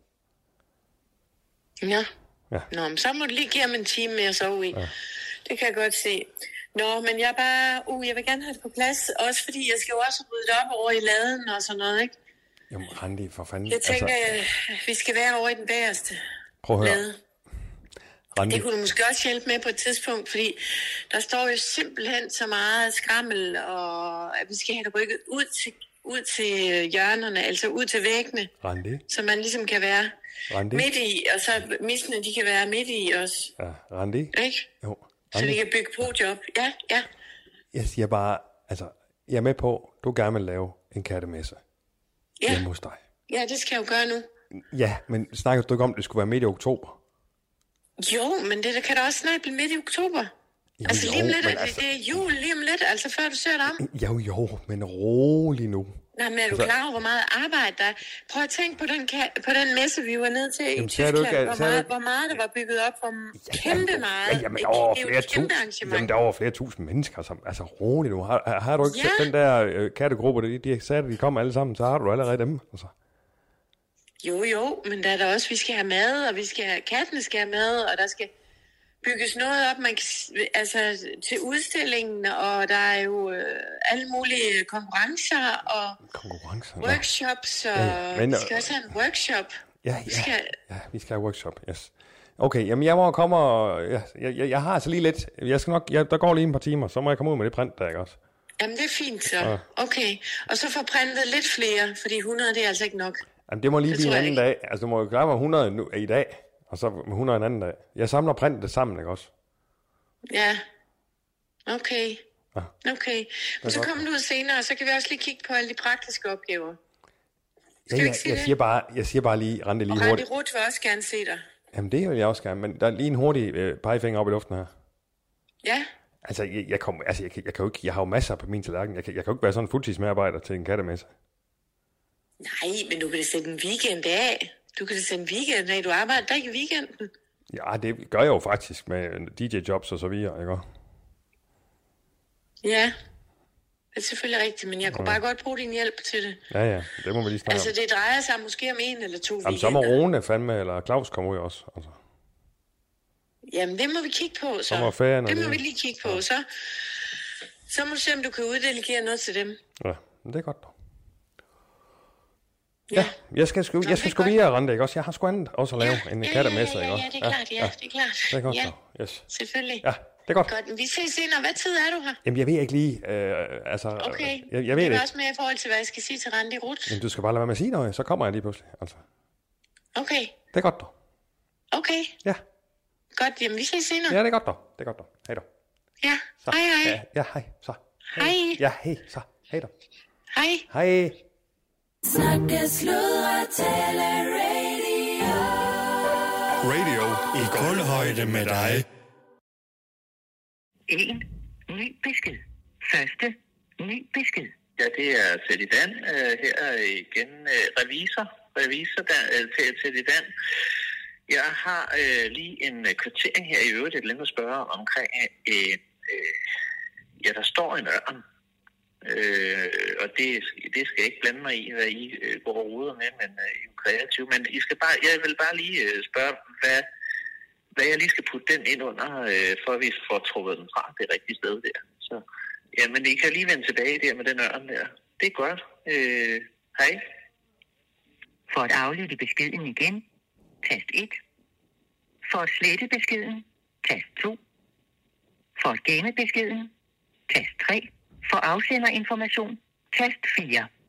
Ja. Ja. Nå, men så må du lige give ham en time mere at sove i. Ja. Det kan jeg godt se. Nå, men jeg er bare... Uh, jeg vil gerne have det på plads. Også fordi jeg skal jo også rydde det op over i laden og sådan noget, ikke? Jamen, Randi, for fanden. Jeg tænker, altså, altså, vi skal være over i den bagerste prøv at høre. lade. Randi, Det kunne du måske også hjælpe med på et tidspunkt, fordi der står jo simpelthen så meget skrammel, og at vi skal have det rykket ud til, ud til hjørnerne, altså ud til væggene, Randi, så man ligesom kan være Randi. midt i, og så missene, de kan være midt i os, Ja, Randi. ikke? Jo, Så vi Randi. kan bygge på job. Ja, ja. Jeg siger bare, altså, jeg er med på, du gerne vil lave en kattemesse. Ja. Hjemme hos dig. Ja, det skal jeg jo gøre nu. Ja, men snakker du ikke om, at det skulle være midt i oktober? Jo, men det der kan da også snart blive midt i oktober. Jo, Altså lige jo, om lidt, men det, altså- det er jul lige om lidt, altså før du søger dig om. Jo, jo, men rolig nu. Nej, men er du Altså- klar over, hvor meget arbejde der er? Prøv at tænke på den, ka- på den messe, vi var ned til Jamen, i sagde du Tyskland. ikke- hvor, sagde du meget, ikke- hvor meget der var bygget op, hvor kæmpe meget. Ja, jamen, Ikke? over Det er jo flere et kæmpe tusind, arrangement. jamen, der er over flere tusind mennesker, som, altså rolig nu. Har, har du ikke Ja. set den der øh, kattegruppe, de, de sagde, at de kom alle sammen, så har du allerede dem. Altså. Jo, jo, men der er der også, vi skal have mad, og vi skal have, kattene skal have mad, og der skal bygges noget op, man kan, s- altså til udstillingen, og der er jo øh, alle mulige konkurrencer og Konkurrencer. Nå. workshops, og Ja, ja, men, vi skal også have en workshop. Ja, Vi ja, skal, ja, vi skal have workshop, yes. Okay, jamen jeg må komme og... Jeg, jeg, jeg har altså lige lidt... Jeg skal nok... Jeg, der går lige en par timer, så må jeg komme ud med det print der, ikke også? Jamen det er fint så. Ja. Okay. Og så får printet lidt flere, fordi hundrede det er altså ikke nok. Jamen det må lige det blive en anden dag. Altså du må jo klare mig hundrede nu, i dag, og så hundrede en anden dag. Jeg samler printet sammen, ikke også? Ja. Okay. Ja. Okay. Men så kommer du ud senere, og så kan vi også lige kigge på alle de praktiske opgaver. Ja, jeg, jeg, siger bare, jeg siger bare lige, Randi lige hurtigt. Og Randi Ruth vil også gerne se dig. Jamen det vil jeg også gerne, men der er lige en hurtig øh, pegefinger op i luften her. Ja. Altså, jeg, jeg, kom, altså jeg, jeg, kan jo ikke, jeg har jo masser på min tallerken. Jeg, jeg kan jo ikke være sådan en fuldtidsmedarbejder til en kattemesse. Nej, men du kan da sætte en weekend af. Du kan da sætte en weekend af. Du arbejder da ikke i weekenden. Ja, det gør jeg jo faktisk med D J-jobs og så videre, ikke? Ja, det er selvfølgelig rigtigt, men jeg kunne ja. bare godt bruge din hjælp til det. Ja, ja, det må vi lige snakke Altså, det drejer sig måske om en eller to Jamen, weekender. så må Rune fandme, eller Claus komme ud også. Altså. Jamen, det må vi kigge på, så. Så må ferien, det må det. vi lige kigge på, ja. så. Så må du se, om du kan uddelegere noget til dem. Ja, det er godt. Ja, ja jeg skal sgu, jeg skal sgu videre, Randi, ikke også? Jeg har sgu andet også at lave ja, en ja, kattemesse, ja, ja, ikke ja, også? ja, det er klart, ja, ja, det er klart. Det er godt, ja, så. Yes. Selvfølgelig. Ja, det er godt. Godt, vi ses senere. Hvad tid er du her? Jamen, jeg ved ikke lige, øh, altså... Okay, jeg, jeg ved det er ikke. også mere i forhold til, hvad jeg skal sige til Randi Ruth. Jamen, du skal bare lade være med at sige noget, så kommer jeg lige pludselig, altså. Okay. Det er godt, dog. Okay. Ja. Godt, jamen vi ses senere. Ja, det er godt, dog. Det er godt, dog. Hej dog. Ja, så. hej hej. Ja, ja, hej, så. Hej. Ja, hej, så. Hej dog. Hej. Hej. Snakke, sludre, tale, radio. Radio i kulhøjde med dig. En ny besked. Første ny besked. Ja, det er Celidan uh, her igen. Uh, revisor. Revisor der, uh, til Celidan. Jeg har uh, lige en uh, kvittering her i øvrigt, et eller andet at spørge omkring. Uh, uh, ja, der står en ørn. Uh, og det, det skal jeg ikke blande mig i, hvad I uh, går og roder med, men uh, I er kreative. Men I skal bare, jeg vil bare lige uh, spørge, hvad, hvad jeg lige skal putte den ind under, uh, for at vi får trukket den fra det rigtige sted der. Så, ja, men I kan lige vende tilbage der med den ørn der. Det er godt. Uh, hej. For at aflytte beskeden igen, tast et. For at slette beskeden, tast to. For at gemme beskeden, tast tre. For afsenderinformation, tast fire.